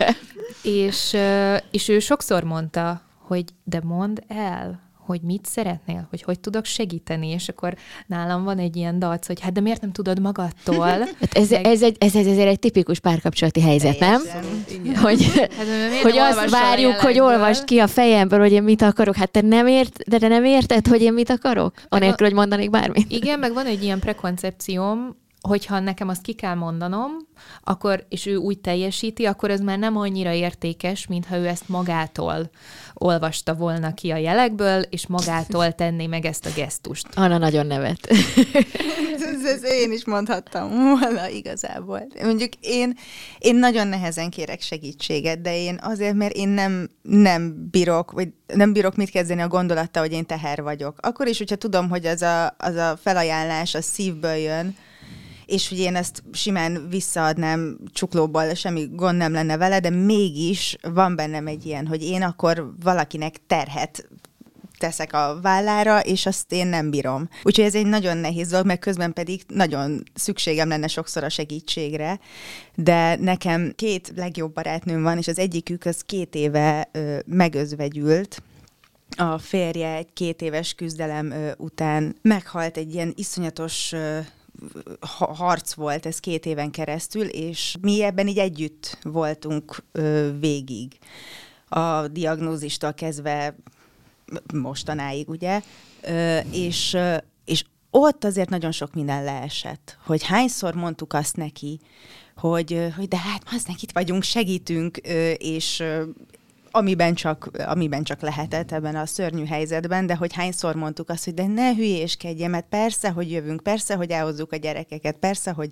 Speaker 3: és, és ő sokszor mondta, hogy de mondd el, hogy mit szeretnél, hogy hogy tudok segíteni, és akkor nálam van egy ilyen dac, hogy hát de miért nem tudod magadtól?
Speaker 2: Hát ez, Meg... ez, egy, ez, ez, ez egy tipikus párkapcsolati helyzet, nem? Hogy,
Speaker 3: hát,
Speaker 2: hogy azt várjuk, hogy olvasd ki a fejemből, hogy én mit akarok. Hát te nem, ért, de te nem érted, hogy én mit akarok? Anélkül, hogy mondanék bármit.
Speaker 3: Igen, meg van egy ilyen prekoncepcióm, hogyha nekem azt ki kell mondanom, akkor, és ő úgy teljesíti, akkor ez már nem annyira értékes, mintha ő ezt magától olvasta volna ki a jelekből, és magától tenné meg ezt a gesztust.
Speaker 2: Anna nagyon nevet.
Speaker 5: ez, ez én is mondhattam volna igazából. Mondjuk én, én nagyon nehezen kérek segítséget, de én azért, mert én nem, nem bírok, vagy nem bírok mit kezdeni a gondolattal, hogy én teher vagyok. Akkor is, hogyha tudom, hogy az a, az a felajánlás a szívből jön, és hogy én ezt simán visszaadnám csuklóból, semmi gond nem lenne vele, de mégis van bennem egy ilyen, hogy én akkor valakinek terhet teszek a vállára, és azt én nem bírom. Úgyhogy ez egy nagyon nehéz dolog, mert közben pedig nagyon szükségem lenne sokszor a segítségre, de nekem két legjobb barátnőm van, és az egyikük az két éve ö, megözvegyült. A férje egy két éves küzdelem ö, után meghalt, egy ilyen iszonyatos ö, harc volt ez két éven keresztül, és mi ebben így együtt voltunk ö, végig. A diagnózistól kezdve mostanáig, ugye, ö, és, ö, és ott azért nagyon sok minden leesett, hogy hányszor mondtuk azt neki, hogy, hogy de hát az nekit vagyunk, segítünk, ö, és ö, amiben csak, amiben csak lehetett ebben a szörnyű helyzetben, de hogy hányszor mondtuk azt, hogy de ne hülyéskedjen, mert persze, hogy jövünk, persze, hogy elhozzuk a gyerekeket, persze, hogy,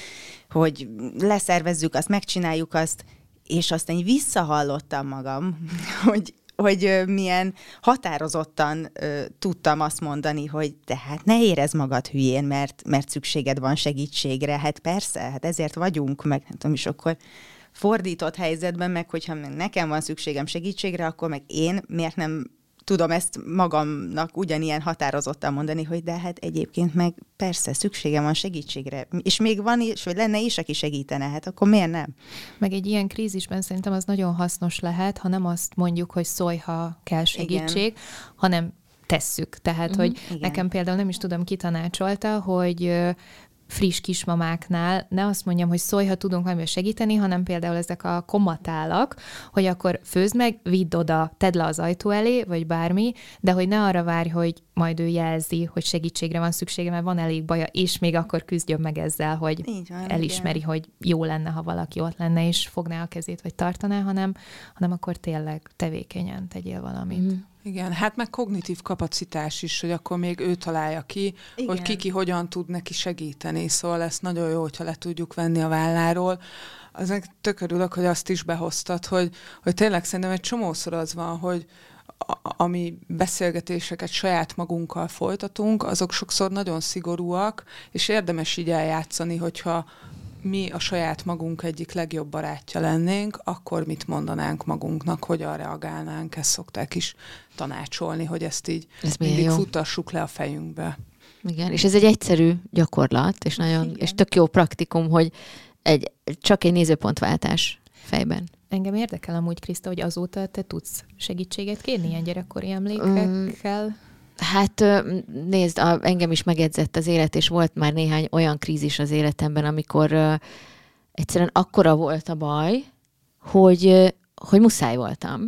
Speaker 5: hogy leszervezzük azt, megcsináljuk azt, és aztán így visszahallottam magam, hogy, hogy milyen határozottan uh, tudtam azt mondani, hogy de hát ne érezd magad hülyén, mert, mert szükséged van segítségre, hát persze, hát ezért vagyunk, meg nem tudom is, akkor fordított helyzetben, meg hogyha nekem van szükségem segítségre, akkor meg én miért nem tudom ezt magamnak ugyanilyen határozottan mondani, hogy de hát egyébként meg persze szükségem van segítségre, és még van is, vagy lenne is, aki segítene, hát akkor miért nem?
Speaker 3: Meg egy ilyen krízisben szerintem az nagyon hasznos lehet, ha nem azt mondjuk, hogy szólj, ha kell segítség, igen. hanem tesszük. Tehát, uh-huh, hogy igen. nekem például nem is tudom, ki tanácsolta, hogy friss kismamáknál ne azt mondjam, hogy szólj, ha tudunk valamivel segíteni, hanem például ezek a komatálak, hogy akkor főzd meg, vidd oda, tedd le az ajtó elé, vagy bármi, de hogy ne arra várj, hogy majd ő jelzi, hogy segítségre van szüksége, mert van elég baja, és még akkor küzdjön meg ezzel, hogy van, elismeri, igen. hogy jó lenne, ha valaki ott lenne, és fogná a kezét, vagy tartaná, hanem, hanem akkor tényleg tevékenyen tegyél valamit. Mm.
Speaker 4: Igen, hát meg kognitív kapacitás is, hogy akkor még ő találja ki, igen. hogy ki-ki hogyan tud neki segíteni. Szóval ezt nagyon jó, hogyha le tudjuk venni a válláról. Aznak tök örülök, hogy azt is behoztad, hogy, hogy tényleg szerintem egy csomószor az van, hogy a, ami beszélgetéseket saját magunkkal folytatunk, azok sokszor nagyon szigorúak, és érdemes így eljátszani, hogyha mi a saját magunk egyik legjobb barátja lennénk, akkor mit mondanánk magunknak, hogyan reagálnánk, ezt szokták is tanácsolni, hogy ezt így ez mindig jó. futtassuk le a fejünkbe.
Speaker 2: Igen, és ez egy egyszerű gyakorlat, és nagyon, igen. és tök jó praktikum, hogy egy, csak egy nézőpontváltás fejben.
Speaker 3: Engem érdekel amúgy, Kriszta, hogy azóta te tudsz segítséget kérni ilyen gyerekkori emlékekkel? Um,
Speaker 2: Hát nézd, a, engem is megedzett az élet, és volt már néhány olyan krízis az életemben, amikor uh, egyszerűen akkora volt a baj, hogy, uh, hogy muszáj voltam.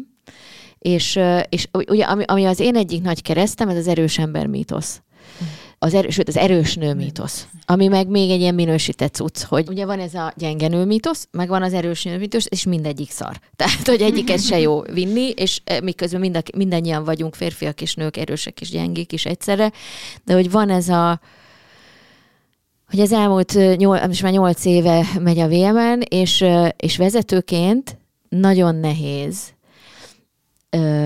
Speaker 2: És, uh, és ugye, ami, ami az én egyik nagy keresztem, ez az erős ember mítosz. Az erő, sőt, az erős nő mítosz, ami meg még egy ilyen minősített cucc, hogy ugye van ez a gyenge nő mítosz, meg van az erős nő mítosz, és mindegyik szar. Tehát, hogy egyiket se jó vinni, és miközben mind a, mindannyian vagyunk férfiak és nők, erősek és gyengék is egyszerre, de hogy van ez a, hogy az elmúlt nyolc, most már nyolc éve megy a vé em-en, és, és vezetőként nagyon nehéz ö,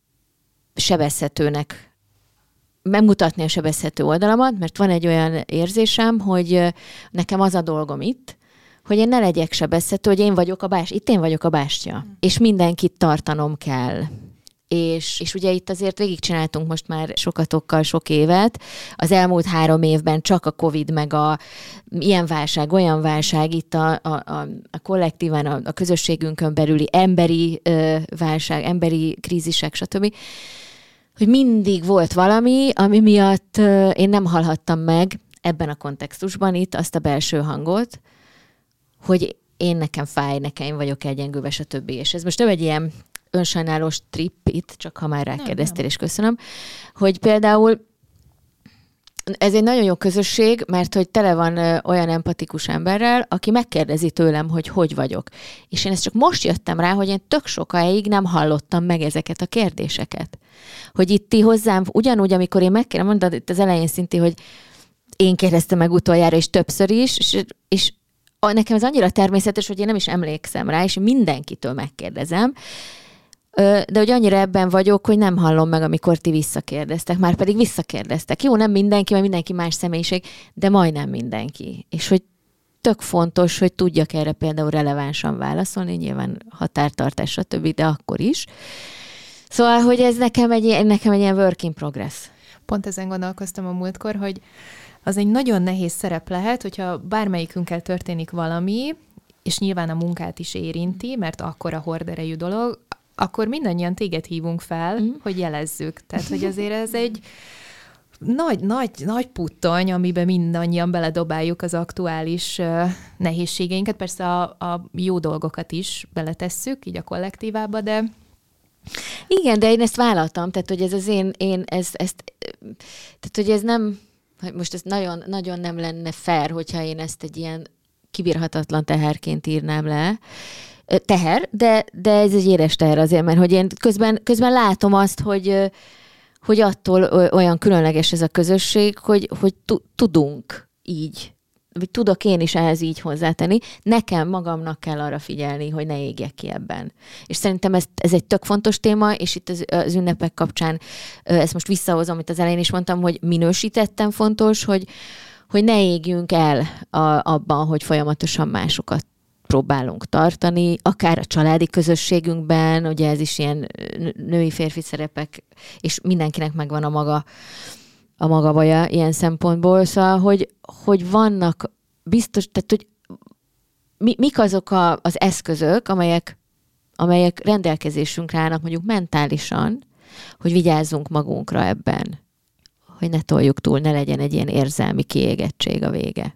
Speaker 2: sebezhetőnek megmutatni a sebezhető oldalamat, mert van egy olyan érzésem, hogy nekem az a dolgom itt, hogy én ne legyek sebezhető, hogy én vagyok a bástya, itt én vagyok a bástya, mm. és mindenkit tartanom kell. És, és ugye itt azért végigcsináltunk most már sokatokkal sok évet, az elmúlt három évben csak a Covid, meg a ilyen válság, olyan válság, itt a, a, a, a kollektívan, a, a közösségünkön belüli emberi ö, válság, emberi krízisek, stb., hogy mindig volt valami, ami miatt uh, én nem hallhattam meg ebben a kontextusban itt azt a belső hangot, hogy én nekem fáj, nekem én vagyok elgyengülve, stb. És ez most nem egy ilyen önsajnálós trip itt, csak ha már rákérdeztél, és köszönöm, hogy például ez egy nagyon jó közösség, mert hogy tele van olyan empatikus emberrel, aki megkérdezi tőlem, hogy hogy vagyok. És én ezt csak most jöttem rá, hogy én tök sokáig nem hallottam meg ezeket a kérdéseket. Hogy itt ti hozzám, ugyanúgy, amikor én megkérdezem, mondod itt az elején szinti, hogy én kérdeztem meg utoljára, és többször is, és, és nekem ez annyira természetes, hogy én nem is emlékszem rá, és mindenkitől megkérdezem, de hogy annyira ebben vagyok, hogy nem hallom meg, amikor ti visszakérdeztek, már pedig visszakérdeztek. Jó, nem mindenki, mert mindenki más személyiség, de majdnem mindenki. És hogy tök fontos, hogy tudjak erre például relevánsan válaszolni, nyilván határtartás, stb., de akkor is. Szóval, hogy ez nekem egy, nekem egy ilyen work in progress.
Speaker 3: Pont ezen gondolkoztam a múltkor, hogy az egy nagyon nehéz szerep lehet, hogyha bármelyikünkkel történik valami, és nyilván a munkát is érinti, mert akkora horderejű dolog, akkor mindannyian téged hívunk fel, mm. hogy jelezzük. Tehát, hogy azért ez egy nagy, nagy, nagy puttony, amiben mindannyian beledobáljuk az aktuális uh, nehézségeinket. Persze a, a jó dolgokat is beletesszük, így a kollektívába, de
Speaker 2: Igen, de én ezt vállaltam, tehát hogy ez az én, én ezt, ezt, tehát hogy ez nem, most ez nagyon, nagyon nem lenne fair, hogyha én ezt egy ilyen kibírhatatlan teherként írnám le, teher, de, de ez egy éres teher azért, mert hogy én közben, közben látom azt, hogy, hogy attól olyan különleges ez a közösség, hogy, hogy tudunk így, vagy tudok én is ehhez így hozzátenni. Nekem magamnak kell arra figyelni, hogy ne égjek ki ebben. És szerintem ez, ez egy tök fontos téma, és itt az, az ünnepek kapcsán ezt most visszahozom, amit az elején is mondtam, hogy minősítettem fontos, hogy, hogy ne égjünk el a, abban, hogy folyamatosan másokat próbálunk tartani, akár a családi közösségünkben, ugye ez is ilyen női-férfi szerepek, és mindenkinek megvan a maga, a maga baja ilyen szempontból, szóval, hogy, hogy vannak biztos, tehát, hogy mi, mik azok a, az eszközök, amelyek, amelyek rendelkezésünkre állnak mondjuk mentálisan, hogy vigyázzunk magunkra ebben, hogy ne toljuk túl, ne legyen egy ilyen érzelmi kiégettség a vége.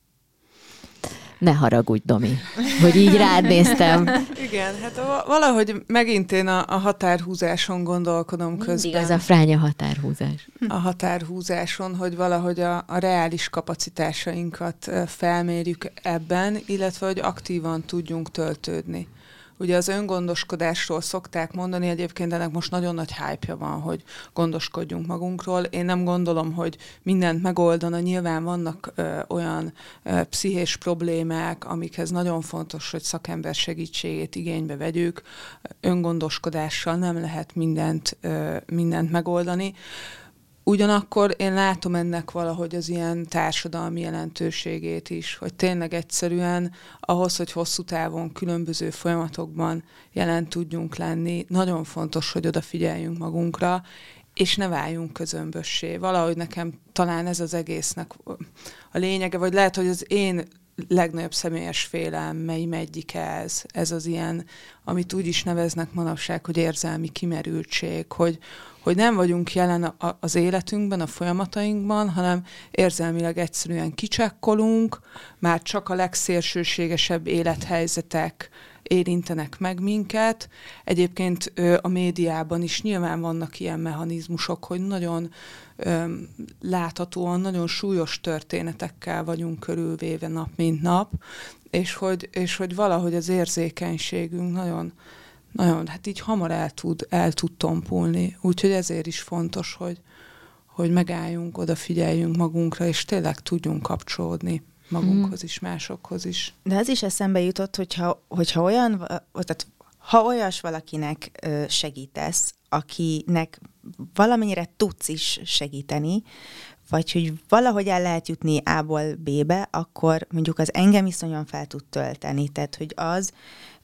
Speaker 2: Ne haragudj, Domi, hogy így rád néztem.
Speaker 4: Igen, hát valahogy megint én a, a határhúzáson gondolkodom
Speaker 2: Mindig
Speaker 4: közben.
Speaker 2: az a fránya határhúzás.
Speaker 4: A határhúzáson, hogy valahogy a, a reális kapacitásainkat felmérjük ebben, illetve hogy aktívan tudjunk töltődni. Ugye az öngondoskodásról szokták mondani, egyébként ennek most nagyon nagy hype-ja van, hogy gondoskodjunk magunkról. Én nem gondolom, hogy mindent megoldana. Nyilván vannak ö, olyan ö, pszichés problémák, amikhez nagyon fontos, hogy szakember segítségét igénybe vegyük. Öngondoskodással nem lehet mindent, ö, mindent megoldani. Ugyanakkor én látom ennek valahogy az ilyen társadalmi jelentőségét is, hogy tényleg egyszerűen ahhoz, hogy hosszú távon különböző folyamatokban jelen tudjunk lenni, nagyon fontos, hogy odafigyeljünk magunkra, és ne váljunk közömbössé. Valahogy nekem talán ez az egésznek a lényege, vagy lehet, hogy az én legnagyobb személyes félelmeim egyik ez, ez az ilyen, amit úgy is neveznek manapság, hogy érzelmi kimerültség, hogy, hogy nem vagyunk jelen a, az életünkben, a folyamatainkban, hanem érzelmileg egyszerűen kicsekkolunk, már csak a legszélsőségesebb élethelyzetek érintenek meg minket. Egyébként a médiában is nyilván vannak ilyen mechanizmusok, hogy nagyon öm, láthatóan, nagyon súlyos történetekkel vagyunk körülvéve nap mint nap, és hogy, és hogy valahogy az érzékenységünk nagyon, nagyon hát így hamar el tud, el tud tompulni. Úgyhogy ezért is fontos, hogy, hogy megálljunk, odafigyeljünk magunkra, és tényleg tudjunk kapcsolódni magunkhoz is, másokhoz is.
Speaker 5: De az is eszembe jutott, hogyha, hogyha olyan, tehát ha olyas valakinek segítesz, akinek valamennyire tudsz is segíteni, vagy hogy valahogy el lehet jutni A-ból B-be, akkor mondjuk az engem iszonyan fel tud tölteni. Tehát, hogy az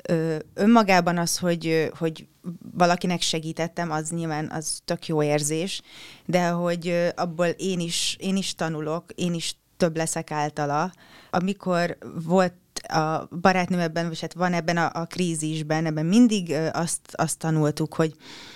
Speaker 5: önmagában az, hogy, hogy valakinek segítettem, az nyilván az tök jó érzés, de hogy abból én is, én is tanulok, én is több leszek általa. Amikor volt a barátnőm ebben, vagy hát van ebben a, a krízisben, ebben mindig azt, azt tanultuk, hogy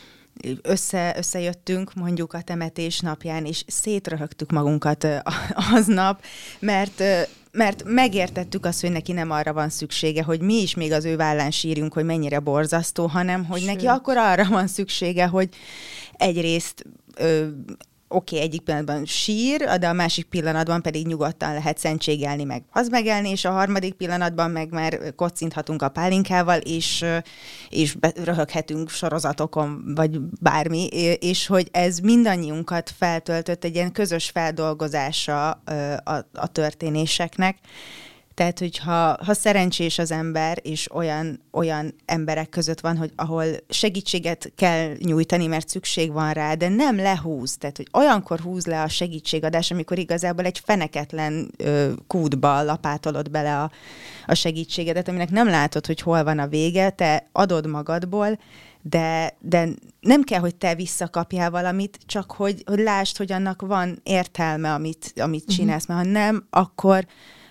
Speaker 5: össze, összejöttünk mondjuk a temetés napján, és szétröhögtük magunkat aznap, mert, mert megértettük azt, hogy neki nem arra van szüksége, hogy mi is még az ő vállán sírjunk, hogy mennyire borzasztó, hanem hogy Sőt. neki akkor arra van szüksége, hogy egyrészt ö, oké, okay, egyik pillanatban sír, de a másik pillanatban pedig nyugodtan lehet szentségelni, meg hazmegelni, és a harmadik pillanatban meg már kocinthatunk a pálinkával, és, és röhöghetünk sorozatokon, vagy bármi, és hogy ez mindannyiunkat feltöltött egy ilyen közös feldolgozása a, a történéseknek. Tehát, hogyha ha szerencsés az ember, és olyan, olyan emberek között van, hogy ahol segítséget kell nyújtani, mert szükség van rá, de nem lehúz. Tehát, hogy olyankor húz le a segítségadás, amikor igazából egy feneketlen ö, kútba lapátolod bele a, a segítségedet, aminek nem látod, hogy hol van a vége, te adod magadból, de, de nem kell, hogy te visszakapjál valamit, csak hogy, hogy lásd, hogy annak van értelme, amit, amit csinálsz, mert ha nem, akkor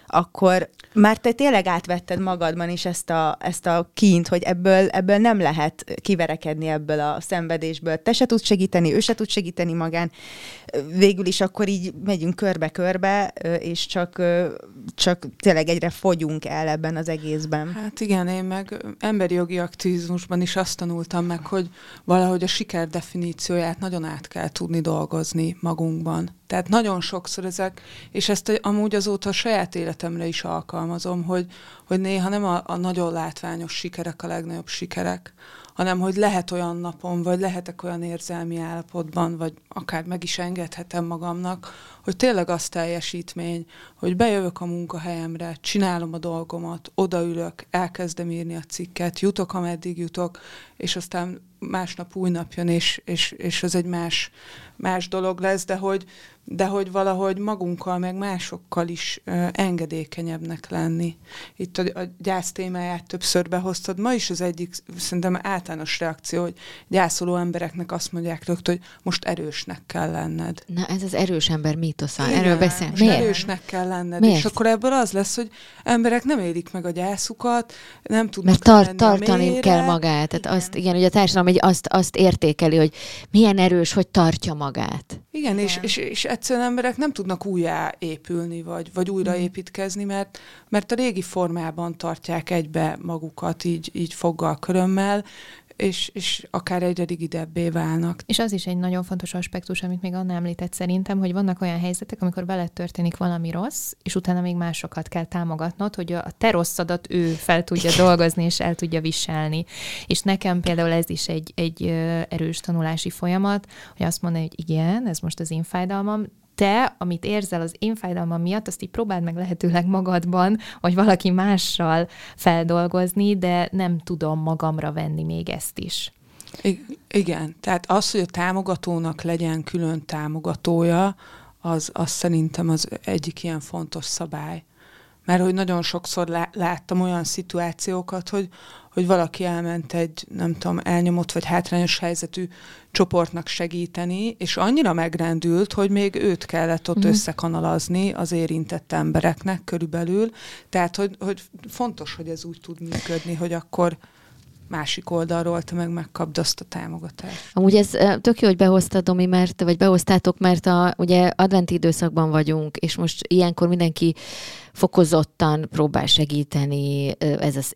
Speaker 5: akkor már te tényleg átvetted magadban is ezt a, ezt a kínt, hogy ebből, ebből nem lehet kiverekedni ebből a szenvedésből. Te se tudsz segíteni, ő se tud segíteni magán. Végül is akkor így megyünk körbe-körbe, és csak, csak tényleg egyre fogyunk el ebben az egészben.
Speaker 4: Hát igen, én meg emberi jogi aktivizmusban is azt tanultam meg, hogy valahogy a siker definícióját nagyon át kell tudni dolgozni magunkban. Tehát nagyon sokszor ezek, és ezt amúgy azóta a saját életemre is alkalmazom, hogy, hogy néha nem a, a nagyon látványos sikerek a legnagyobb sikerek, hanem hogy lehet olyan napon, vagy lehetek olyan érzelmi állapotban, vagy akár meg is engedhetem magamnak, hogy tényleg az teljesítmény, hogy bejövök a munkahelyemre, csinálom a dolgomat, odaülök, elkezdem írni a cikket, jutok, ameddig jutok, és aztán másnap új nap jön, és, és, és ez egy más, más dolog lesz, de hogy, de hogy valahogy magunkkal, meg másokkal is uh, engedékenyebbnek lenni. Itt a, a gyász témáját többször behoztad. Ma is az egyik, szerintem általános reakció, hogy gyászoló embereknek azt mondják rögtön, hogy most erősnek kell lenned.
Speaker 2: Na ez az erős ember mítosza.
Speaker 4: Igen,
Speaker 2: erről beszél.
Speaker 4: Most
Speaker 2: Miért?
Speaker 4: erősnek kell lenned.
Speaker 2: Miért?
Speaker 4: És akkor ebből az lesz, hogy emberek nem élik meg a gyászukat, nem tudnak
Speaker 2: Mert tart,
Speaker 4: menni
Speaker 2: tartani
Speaker 4: mélyre.
Speaker 2: kell magát. Tehát
Speaker 4: Igen.
Speaker 2: azt, igen, ugye a társadalom egy azt, azt értékeli, hogy milyen erős, hogy tartja magát.
Speaker 4: Igen, és, és, és egyszerűen emberek nem tudnak újjá épülni, vagy, vagy újraépítkezni, mert, mert a régi formában tartják egybe magukat, így, így foggal, körömmel, és, és akár egyre rigidebbé válnak.
Speaker 3: És az is egy nagyon fontos aspektus, amit még Anna említett szerintem, hogy vannak olyan helyzetek, amikor veled történik valami rossz, és utána még másokat kell támogatnod, hogy a te rosszadat ő fel tudja dolgozni, és el tudja viselni. És nekem például ez is egy, egy erős tanulási folyamat, hogy azt mondani, hogy igen, ez most az én fájdalmam, te, amit érzel az én fájdalmam miatt, azt így próbáld meg lehetőleg magadban, vagy valaki mással feldolgozni, de nem tudom magamra venni még ezt is.
Speaker 4: I- igen, tehát az, hogy a támogatónak legyen külön támogatója, az, az szerintem az egyik ilyen fontos szabály. Mert hogy nagyon sokszor lá- láttam olyan szituációkat, hogy, hogy valaki elment egy, nem tudom, elnyomott vagy hátrányos helyzetű csoportnak segíteni, és annyira megrendült, hogy még őt kellett ott mm. összekanalazni az érintett embereknek körülbelül. Tehát, hogy, hogy fontos, hogy ez úgy tud működni, hogy akkor másik oldalról te meg megkapd azt a támogatást.
Speaker 2: Amúgy ez tök jó, hogy behoztad, Domi, mert, vagy behoztátok, mert a, ugye adventi időszakban vagyunk, és most ilyenkor mindenki fokozottan próbál segíteni, ez a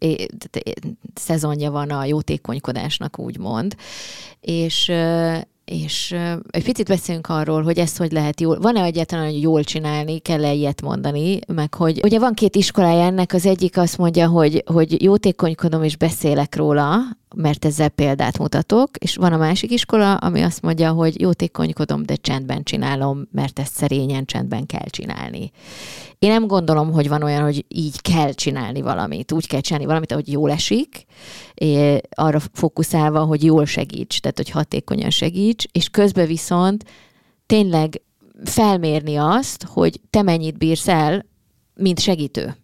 Speaker 2: szezonja van a jótékonykodásnak, úgymond. És és egy picit beszélünk arról, hogy ezt hogy lehet jól, van-e egyáltalán, hogy jól csinálni, kell-e ilyet mondani, meg hogy ugye van két iskolája ennek, az egyik azt mondja, hogy, hogy jótékonykodom és beszélek róla, mert ezzel példát mutatok, és van a másik iskola, ami azt mondja, hogy jótékonykodom, de csendben csinálom, mert ezt szerényen csendben kell csinálni. Én nem gondolom, hogy van olyan, hogy így kell csinálni valamit, úgy kell csinálni valamit, ahogy jól esik, arra fókuszálva, hogy jól segíts, tehát hogy hatékonyan segíts, és közben viszont tényleg felmérni azt, hogy te mennyit bírsz el, mint segítő.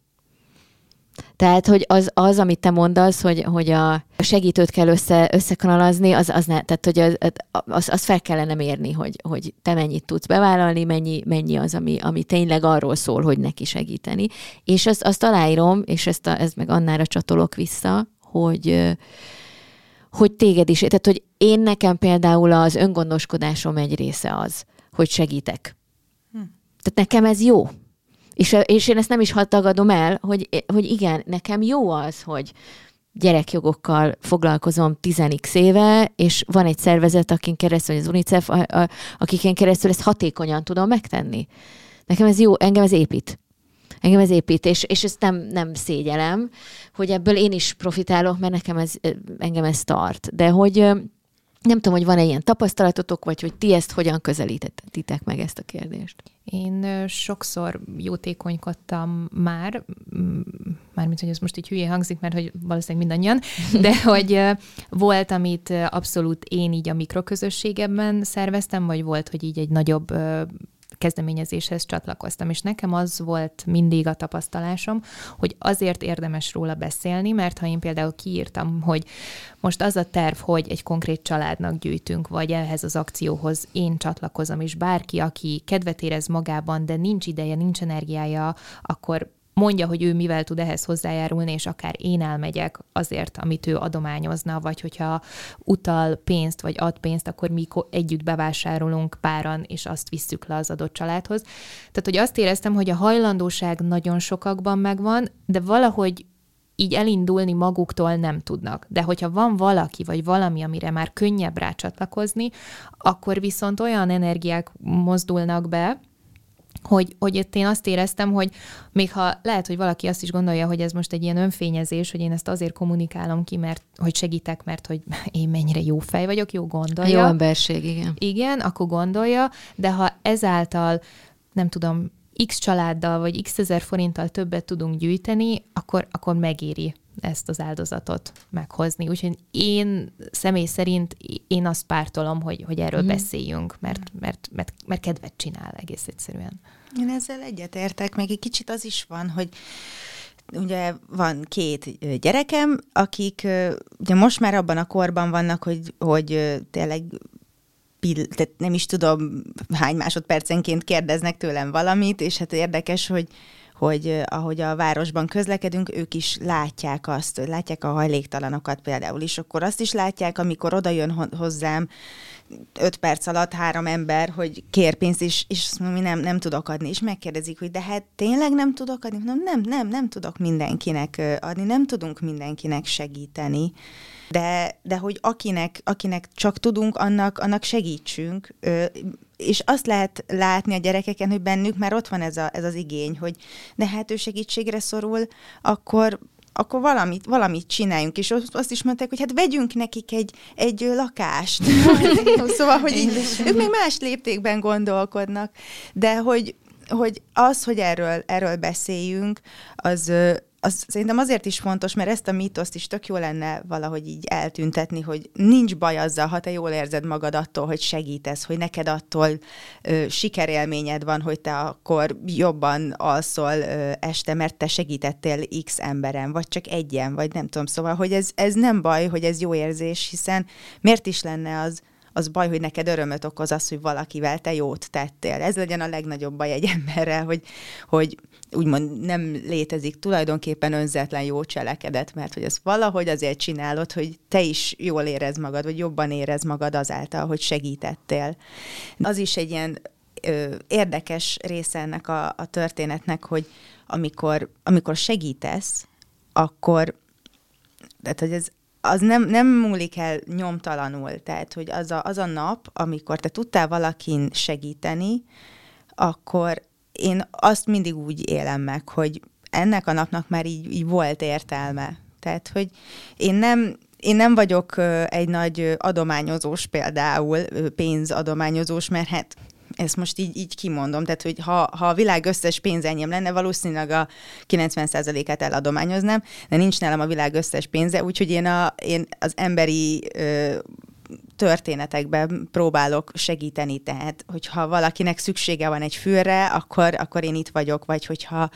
Speaker 2: Tehát, hogy az, az amit te mondasz, hogy, hogy a segítőt kell össze, összekanalazni, az, az, ne, tehát, hogy az, az, az fel kellene mérni, hogy, hogy te mennyit tudsz bevállalni, mennyi, mennyi az, ami, ami tényleg arról szól, hogy neki segíteni. És azt, azt aláírom, és ezt, a, ezt meg Annára csatolok vissza, hogy, hogy téged is, tehát, hogy én nekem például az öngondoskodásom egy része az, hogy segítek. Hm. Tehát nekem ez jó. És, és én ezt nem is tagadom el, hogy, hogy igen, nekem jó az, hogy gyerekjogokkal foglalkozom tíz x éve, és van egy szervezet, akin keresztül, az UNICEF, a, a, akiken keresztül ezt hatékonyan tudom megtenni. Nekem ez jó, engem ez épít. Engem ez épít, és, és ezt nem, nem szégyelem, hogy ebből én is profitálok, mert nekem ez, engem ez tart. De hogy nem tudom, hogy van-e ilyen tapasztalatotok, vagy hogy ti ezt hogyan közelítettitek meg ezt a kérdést?
Speaker 3: Én sokszor jótékonykodtam már, mármint, hogy ez most így hülyé hangzik, mert hogy valószínűleg mindannyian, de hogy volt, amit abszolút én így a mikroközösségemben szerveztem, vagy volt, hogy így egy nagyobb kezdeményezéshez csatlakoztam, és nekem az volt mindig a tapasztalásom, hogy azért érdemes róla beszélni, mert ha én például kiírtam, hogy most az a terv, hogy egy konkrét családnak gyűjtünk, vagy ehhez az akcióhoz én csatlakozom, és bárki, aki kedvet érez magában, de nincs ideje, nincs energiája, akkor mondja, hogy ő mivel tud ehhez hozzájárulni, és akár én elmegyek azért, amit ő adományozna, vagy hogyha utal pénzt, vagy ad pénzt, akkor mi együtt bevásárolunk páran, és azt visszük le az adott családhoz. Tehát, hogy azt éreztem, hogy a hajlandóság nagyon sokakban megvan, de valahogy így elindulni maguktól nem tudnak. De hogyha van valaki, vagy valami, amire már könnyebb rácsatlakozni, akkor viszont olyan energiák mozdulnak be, hogy, hogy itt én azt éreztem, hogy még ha lehet, hogy valaki azt is gondolja, hogy ez most egy ilyen önfényezés, hogy én ezt azért kommunikálom ki, mert hogy segítek, mert hogy én mennyire jó fej vagyok, jó gondolja.
Speaker 2: Jó emberség, igen.
Speaker 3: Igen, akkor gondolja, de ha ezáltal, nem tudom, x családdal vagy x ezer forinttal többet tudunk gyűjteni, akkor, akkor megéri ezt az áldozatot meghozni. Úgyhogy én személy szerint én azt pártolom, hogy, hogy erről mm. beszéljünk, mert, mert, mert, mert kedvet csinál egész egyszerűen.
Speaker 5: Én ezzel egyetértek, meg egy kicsit az is van, hogy ugye van két gyerekem, akik ugye most már abban a korban vannak, hogy, hogy tényleg pill, tehát nem is tudom, hány másodpercenként kérdeznek tőlem valamit, és hát érdekes, hogy, hogy ahogy a városban közlekedünk, ők is látják azt, hogy látják a hajléktalanokat például is, akkor azt is látják, amikor oda jön hozzám öt perc alatt három ember, hogy kér pénzt, és, és azt mondom, nem, nem tudok adni, és megkérdezik, hogy de hát tényleg nem tudok adni? Nem, nem, nem, nem tudok mindenkinek adni, nem tudunk mindenkinek segíteni. De, de hogy akinek, akinek csak tudunk, annak, annak segítsünk, és azt lehet látni a gyerekeken, hogy bennük már ott van ez, a, ez az igény, hogy de hát ő segítségre szorul, akkor, akkor valamit, valamit csináljunk, és azt is mondták, hogy hát vegyünk nekik egy, egy lakást. Szóval, hogy így, ők még más léptékben gondolkodnak, de hogy, hogy az, hogy erről, erről beszéljünk, az... Az szerintem azért is fontos, mert ezt a mítoszt is tök jó lenne valahogy így eltüntetni, hogy nincs baj azzal, ha te jól érzed magad attól, hogy segítesz, hogy neked attól ö, sikerélményed van, hogy te akkor jobban alszol ö, este, mert te segítettél X emberen, vagy csak egyen, vagy nem tudom. Szóval, hogy ez, ez nem baj, hogy ez jó érzés, hiszen miért is lenne az, az baj, hogy neked örömöt okoz az, hogy valakivel te jót tettél. Ez legyen a legnagyobb baj egy emberrel, hogy, hogy úgymond nem létezik tulajdonképpen önzetlen jó cselekedet, mert hogy ezt valahogy azért csinálod, hogy te is jól érez magad, vagy jobban érez magad azáltal, hogy segítettél. Az is egy ilyen ö, érdekes része ennek a, a történetnek, hogy amikor, amikor segítesz, akkor, tehát hogy ez az nem, nem múlik el nyomtalanul. Tehát, hogy az a, az a nap, amikor te tudtál valakin segíteni, akkor én azt mindig úgy élem meg, hogy ennek a napnak már így, így volt értelme. Tehát, hogy én nem, én nem vagyok egy nagy adományozós például, pénzadományozós, mert hát ezt most így, így kimondom, tehát, hogy ha, ha a világ összes pénze enyém lenne, valószínűleg a kilencven százalékát eladományoznám, de nincs nálam a világ összes pénze, úgyhogy én, a, én az emberi ö, történetekben próbálok segíteni, tehát, hogyha valakinek szüksége van egy fülre, akkor, akkor én itt vagyok, vagy hogyha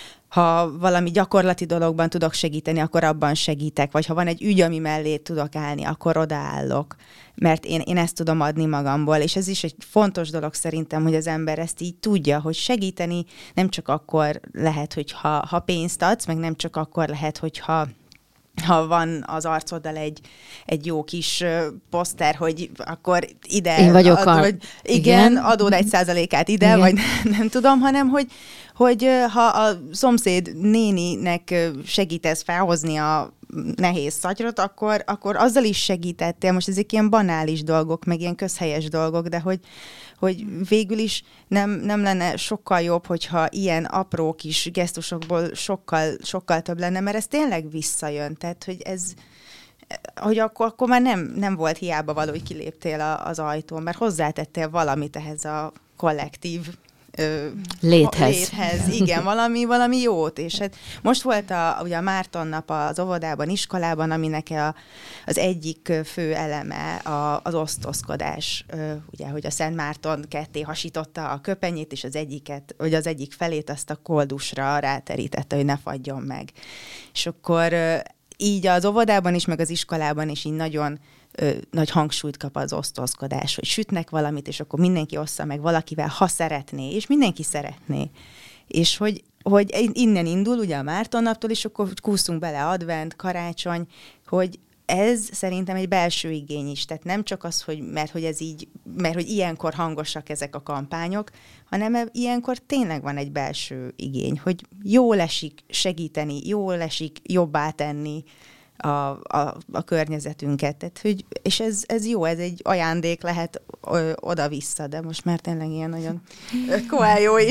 Speaker 5: ha valami gyakorlati dologban tudok segíteni, akkor abban segítek, vagy ha van egy ügy, ami mellé tudok állni, akkor odaállok, mert én, én ezt tudom adni magamból, és ez is egy fontos dolog szerintem, hogy az ember ezt így tudja, hogy segíteni nem csak akkor lehet, hogy ha, ha pénzt adsz, meg nem csak akkor lehet, hogyha ha van az arcoddal egy, egy jó kis poszter, hogy akkor ide...
Speaker 2: Én vagyok
Speaker 5: ad,
Speaker 2: a...
Speaker 5: vagy, igen, igen, adod egy százalékát ide, igen. Vagy nem, nem tudom, hanem hogy, hogy ha a szomszéd néninek segítesz felhozni a nehéz szatyrot, akkor, akkor azzal is segítettél. Most ezek ilyen banális dolgok, meg ilyen közhelyes dolgok, de hogy, hogy végül is nem, nem lenne sokkal jobb, hogyha ilyen apró kis gesztusokból sokkal, sokkal több lenne, mert ez tényleg visszajön. Tehát, hogy ez, hogy akkor, akkor már nem, nem volt hiába való, hogy kiléptél a, az ajtón, mert hozzátettél valamit ehhez a kollektív Ö,
Speaker 2: léthez.
Speaker 5: léthez. Igen, valami, valami jót. És hát most volt a, ugye a Márton nap az óvodában, iskolában, aminek a, az egyik fő eleme a, az osztozkodás. Ö, ugye, hogy a Szent Márton ketté hasította a köpenyét, és az egyiket, vagy az egyik felét azt a koldusra ráterítette, hogy ne fagyjon meg. És akkor ö, így az óvodában is, meg az iskolában is így nagyon Ö, nagy hangsúlyt kap az osztozkodás, hogy sütnek valamit, és akkor mindenki ossza meg valakivel, ha szeretné, és mindenki szeretné. És hogy, hogy innen indul, ugye a Márton naptól, és akkor kúszunk bele advent, karácsony, hogy ez szerintem egy belső igény is. Tehát nem csak az, hogy mert hogy ez így, mert hogy ilyenkor hangosak ezek a kampányok, hanem ilyenkor tényleg van egy belső igény, hogy jól esik segíteni, jól esik jobbá tenni a, a, a környezetünket. Tehát, hogy, és ez, ez jó, ez egy ajándék lehet ö, oda-vissza, de most már tényleg ilyen nagyon koájói.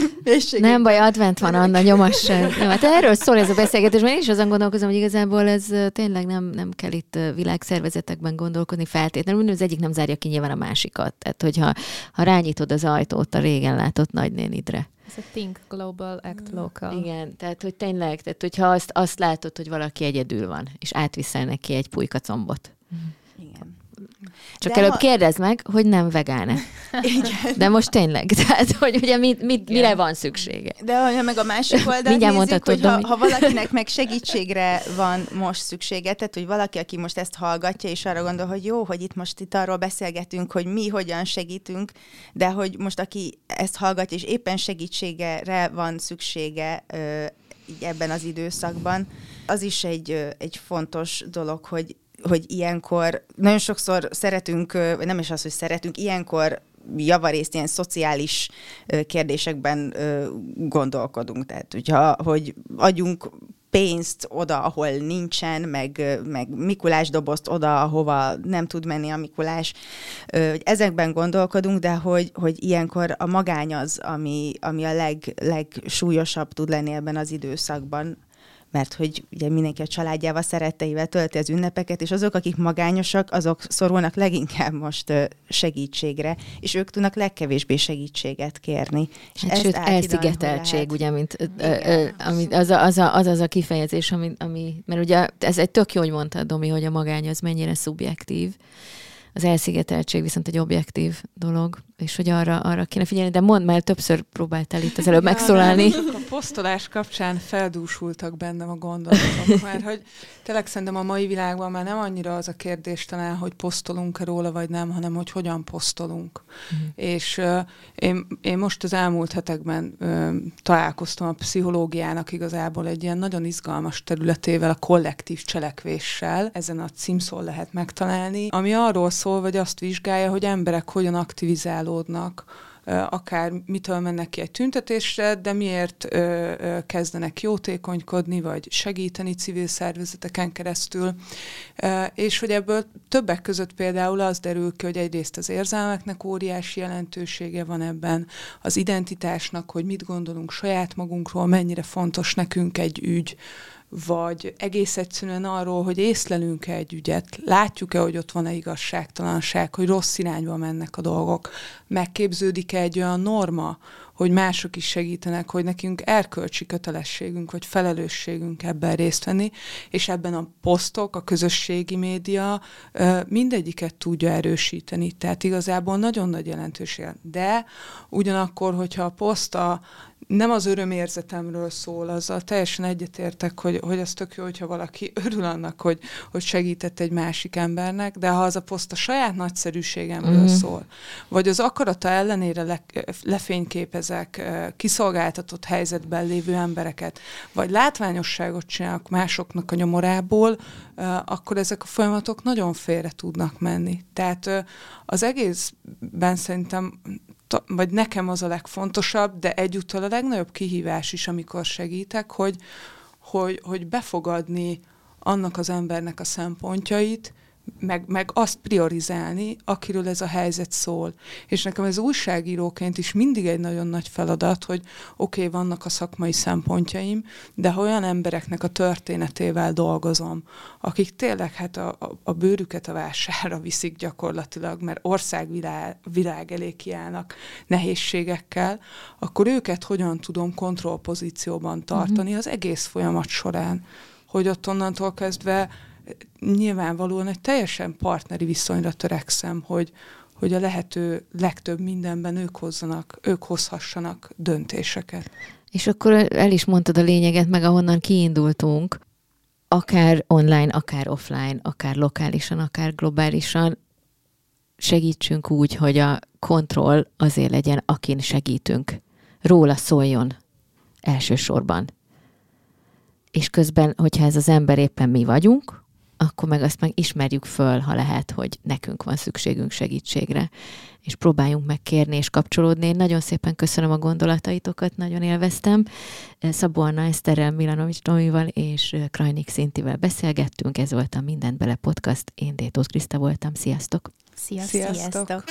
Speaker 2: Nem baj, advent van, Anna, nyomass. Hát erről szól ez a beszélgetés, mert én is azon gondolkozom, hogy igazából ez tényleg nem, nem kell itt világszervezetekben gondolkodni feltétlenül, az egyik nem zárja ki nyilván a másikat. Tehát, hogyha ha rányitod az ajtót a régen látott nagynénidre.
Speaker 3: Ez a Think Global, Act Local.
Speaker 2: Igen, tehát hogy tényleg, tehát hogyha azt, azt látod, hogy valaki egyedül van, és átviszel neki egy pulykacombot.
Speaker 5: Igen.
Speaker 2: Csak
Speaker 5: De
Speaker 2: előbb
Speaker 5: ha...
Speaker 2: kérdezd meg, hogy nem vegán-e.
Speaker 5: Igen.
Speaker 2: De most tényleg, tehát hogy ugye mit, mit, mire van szüksége.
Speaker 5: De ha meg a másik oldalt nézzük,
Speaker 2: mondhatod,
Speaker 5: hogy ha, ha valakinek meg segítségre van most szüksége, tehát hogy valaki, aki most ezt hallgatja, és arra gondol, hogy jó, hogy itt most itt arról beszélgetünk, hogy mi hogyan segítünk, de hogy most aki ezt hallgatja, és éppen segítségre van szüksége ö, így ebben az időszakban, az is egy, egy fontos dolog, hogy hogy ilyenkor nagyon sokszor szeretünk, nem is az, hogy szeretünk, ilyenkor javarészt ilyen szociális kérdésekben gondolkodunk. Tehát, hogyha, hogy adjunk pénzt oda, ahol nincsen, meg, meg Mikulás dobozt oda, ahova nem tud menni a Mikulás. Ezekben gondolkodunk, de hogy, hogy ilyenkor a magány az, ami, ami a leg, legsúlyosabb tud lenni ebben az időszakban, mert hogy ugye mindenki a családjával, szeretteivel tölti az ünnepeket, és azok, akik magányosak, azok szorulnak leginkább most segítségre, és ők tudnak legkevésbé segítséget kérni. És
Speaker 2: hát, sőt, elszigeteltség, ugye, mint ö, ö, ami, az, a, az, a, az az a kifejezés, ami, ami, mert ugye ez egy tök jó, hogy mondtad, Domi, hogy a magány az mennyire szubjektív. Az elszigeteltség viszont egy objektív dolog, és hogy arra, arra kéne figyelni, de mondd, mert többször próbáltál itt az előbb ja, megszólalni.
Speaker 4: A posztolás kapcsán feldúsultak bennem a gondolatok, mert hogy tényleg szerintem a mai világban már nem annyira az a kérdés talán, hogy posztolunk-e róla, vagy nem, hanem hogy hogyan posztolunk. Mm. És uh, én, én most az elmúlt hetekben uh, találkoztam a pszichológiának igazából egy ilyen nagyon izgalmas területével, a kollektív cselekvéssel. Ezen a címszól lehet megtalálni, ami arról szól, vagy azt vizsgálja, hogy emberek hogyan aktivizálódnak, akár mitől mennek ki egy tüntetésre, de miért ö, ö, kezdenek jótékonykodni, vagy segíteni civil szervezeteken keresztül. E, és hogy ebből többek között például az derül ki, hogy egyrészt az érzelmeknek óriási jelentősége van ebben, az identitásnak, hogy mit gondolunk saját magunkról, mennyire fontos nekünk egy ügy, vagy egész egyszerűen arról, hogy észlelünk-e egy ügyet, látjuk-e, hogy ott van-e igazságtalanság, hogy rossz irányba mennek a dolgok, megképződik-e egy olyan norma, hogy mások is segítenek, hogy nekünk erkölcsi kötelességünk, vagy felelősségünk ebben részt venni, és ebben a posztok, a közösségi média mindegyiket tudja erősíteni. Tehát igazából nagyon nagy jelentőség. De ugyanakkor, hogyha a poszt a nem az örömérzetemről szól, azzal teljesen egyetértek, hogy, hogy az tök jó, hogyha valaki örül annak, hogy, hogy segített egy másik embernek, de ha az a poszt a saját nagyszerűségemről mm. szól, vagy az akarata ellenére le, lefényképezek kiszolgáltatott helyzetben lévő embereket, vagy látványosságot csinálok másoknak a nyomorából, akkor ezek a folyamatok nagyon félre tudnak menni. Tehát az egészben szerintem vagy nekem az a legfontosabb, de egyúttal a legnagyobb kihívás is, amikor segítek, hogy, hogy, hogy befogadni annak az embernek a szempontjait, meg, meg azt priorizálni, akiről ez a helyzet szól. És nekem ez újságíróként is mindig egy nagyon nagy feladat, hogy oké, okay, vannak a szakmai szempontjaim, de ha olyan embereknek a történetével dolgozom, akik tényleg hát a, a, a bőrüket a vásárra viszik gyakorlatilag, mert országvilág világ elé kiállnak nehézségekkel, akkor őket hogyan tudom kontrollpozícióban tartani uh-huh. az egész folyamat során, hogy ott onnantól kezdve nyilvánvalóan egy teljesen partneri viszonyra törekszem, hogy, hogy a lehető legtöbb mindenben ők hozzanak, ők hozhassanak döntéseket.
Speaker 2: És akkor el is mondtad a lényeget, meg ahonnan kiindultunk, akár online, akár offline, akár lokálisan, akár globálisan, segítsünk úgy, hogy a kontroll azért legyen, akin segítünk. Róla szóljon elsősorban. És közben, hogyha ez az ember éppen mi vagyunk, akkor meg azt meg ismerjük föl, ha lehet, hogy nekünk van szükségünk segítségre, és próbáljunk meg kérni és kapcsolódni. Én nagyon szépen köszönöm a gondolataitokat, nagyon élveztem. Szabó Anna Eszterrel, Milanovics Domival és Krajnik Szintivel beszélgettünk. Ez volt a Mindent Bele podcast. Én Détóth Kriszta voltam. Sziasztok!
Speaker 3: Sziasztok!
Speaker 5: Sziasztok. Sziasztok.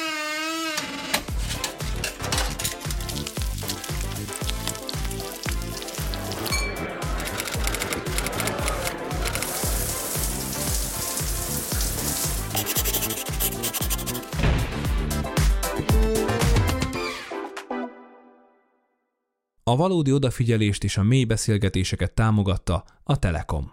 Speaker 1: A valódi odafigyelést és a mély beszélgetéseket támogatta a Telekom.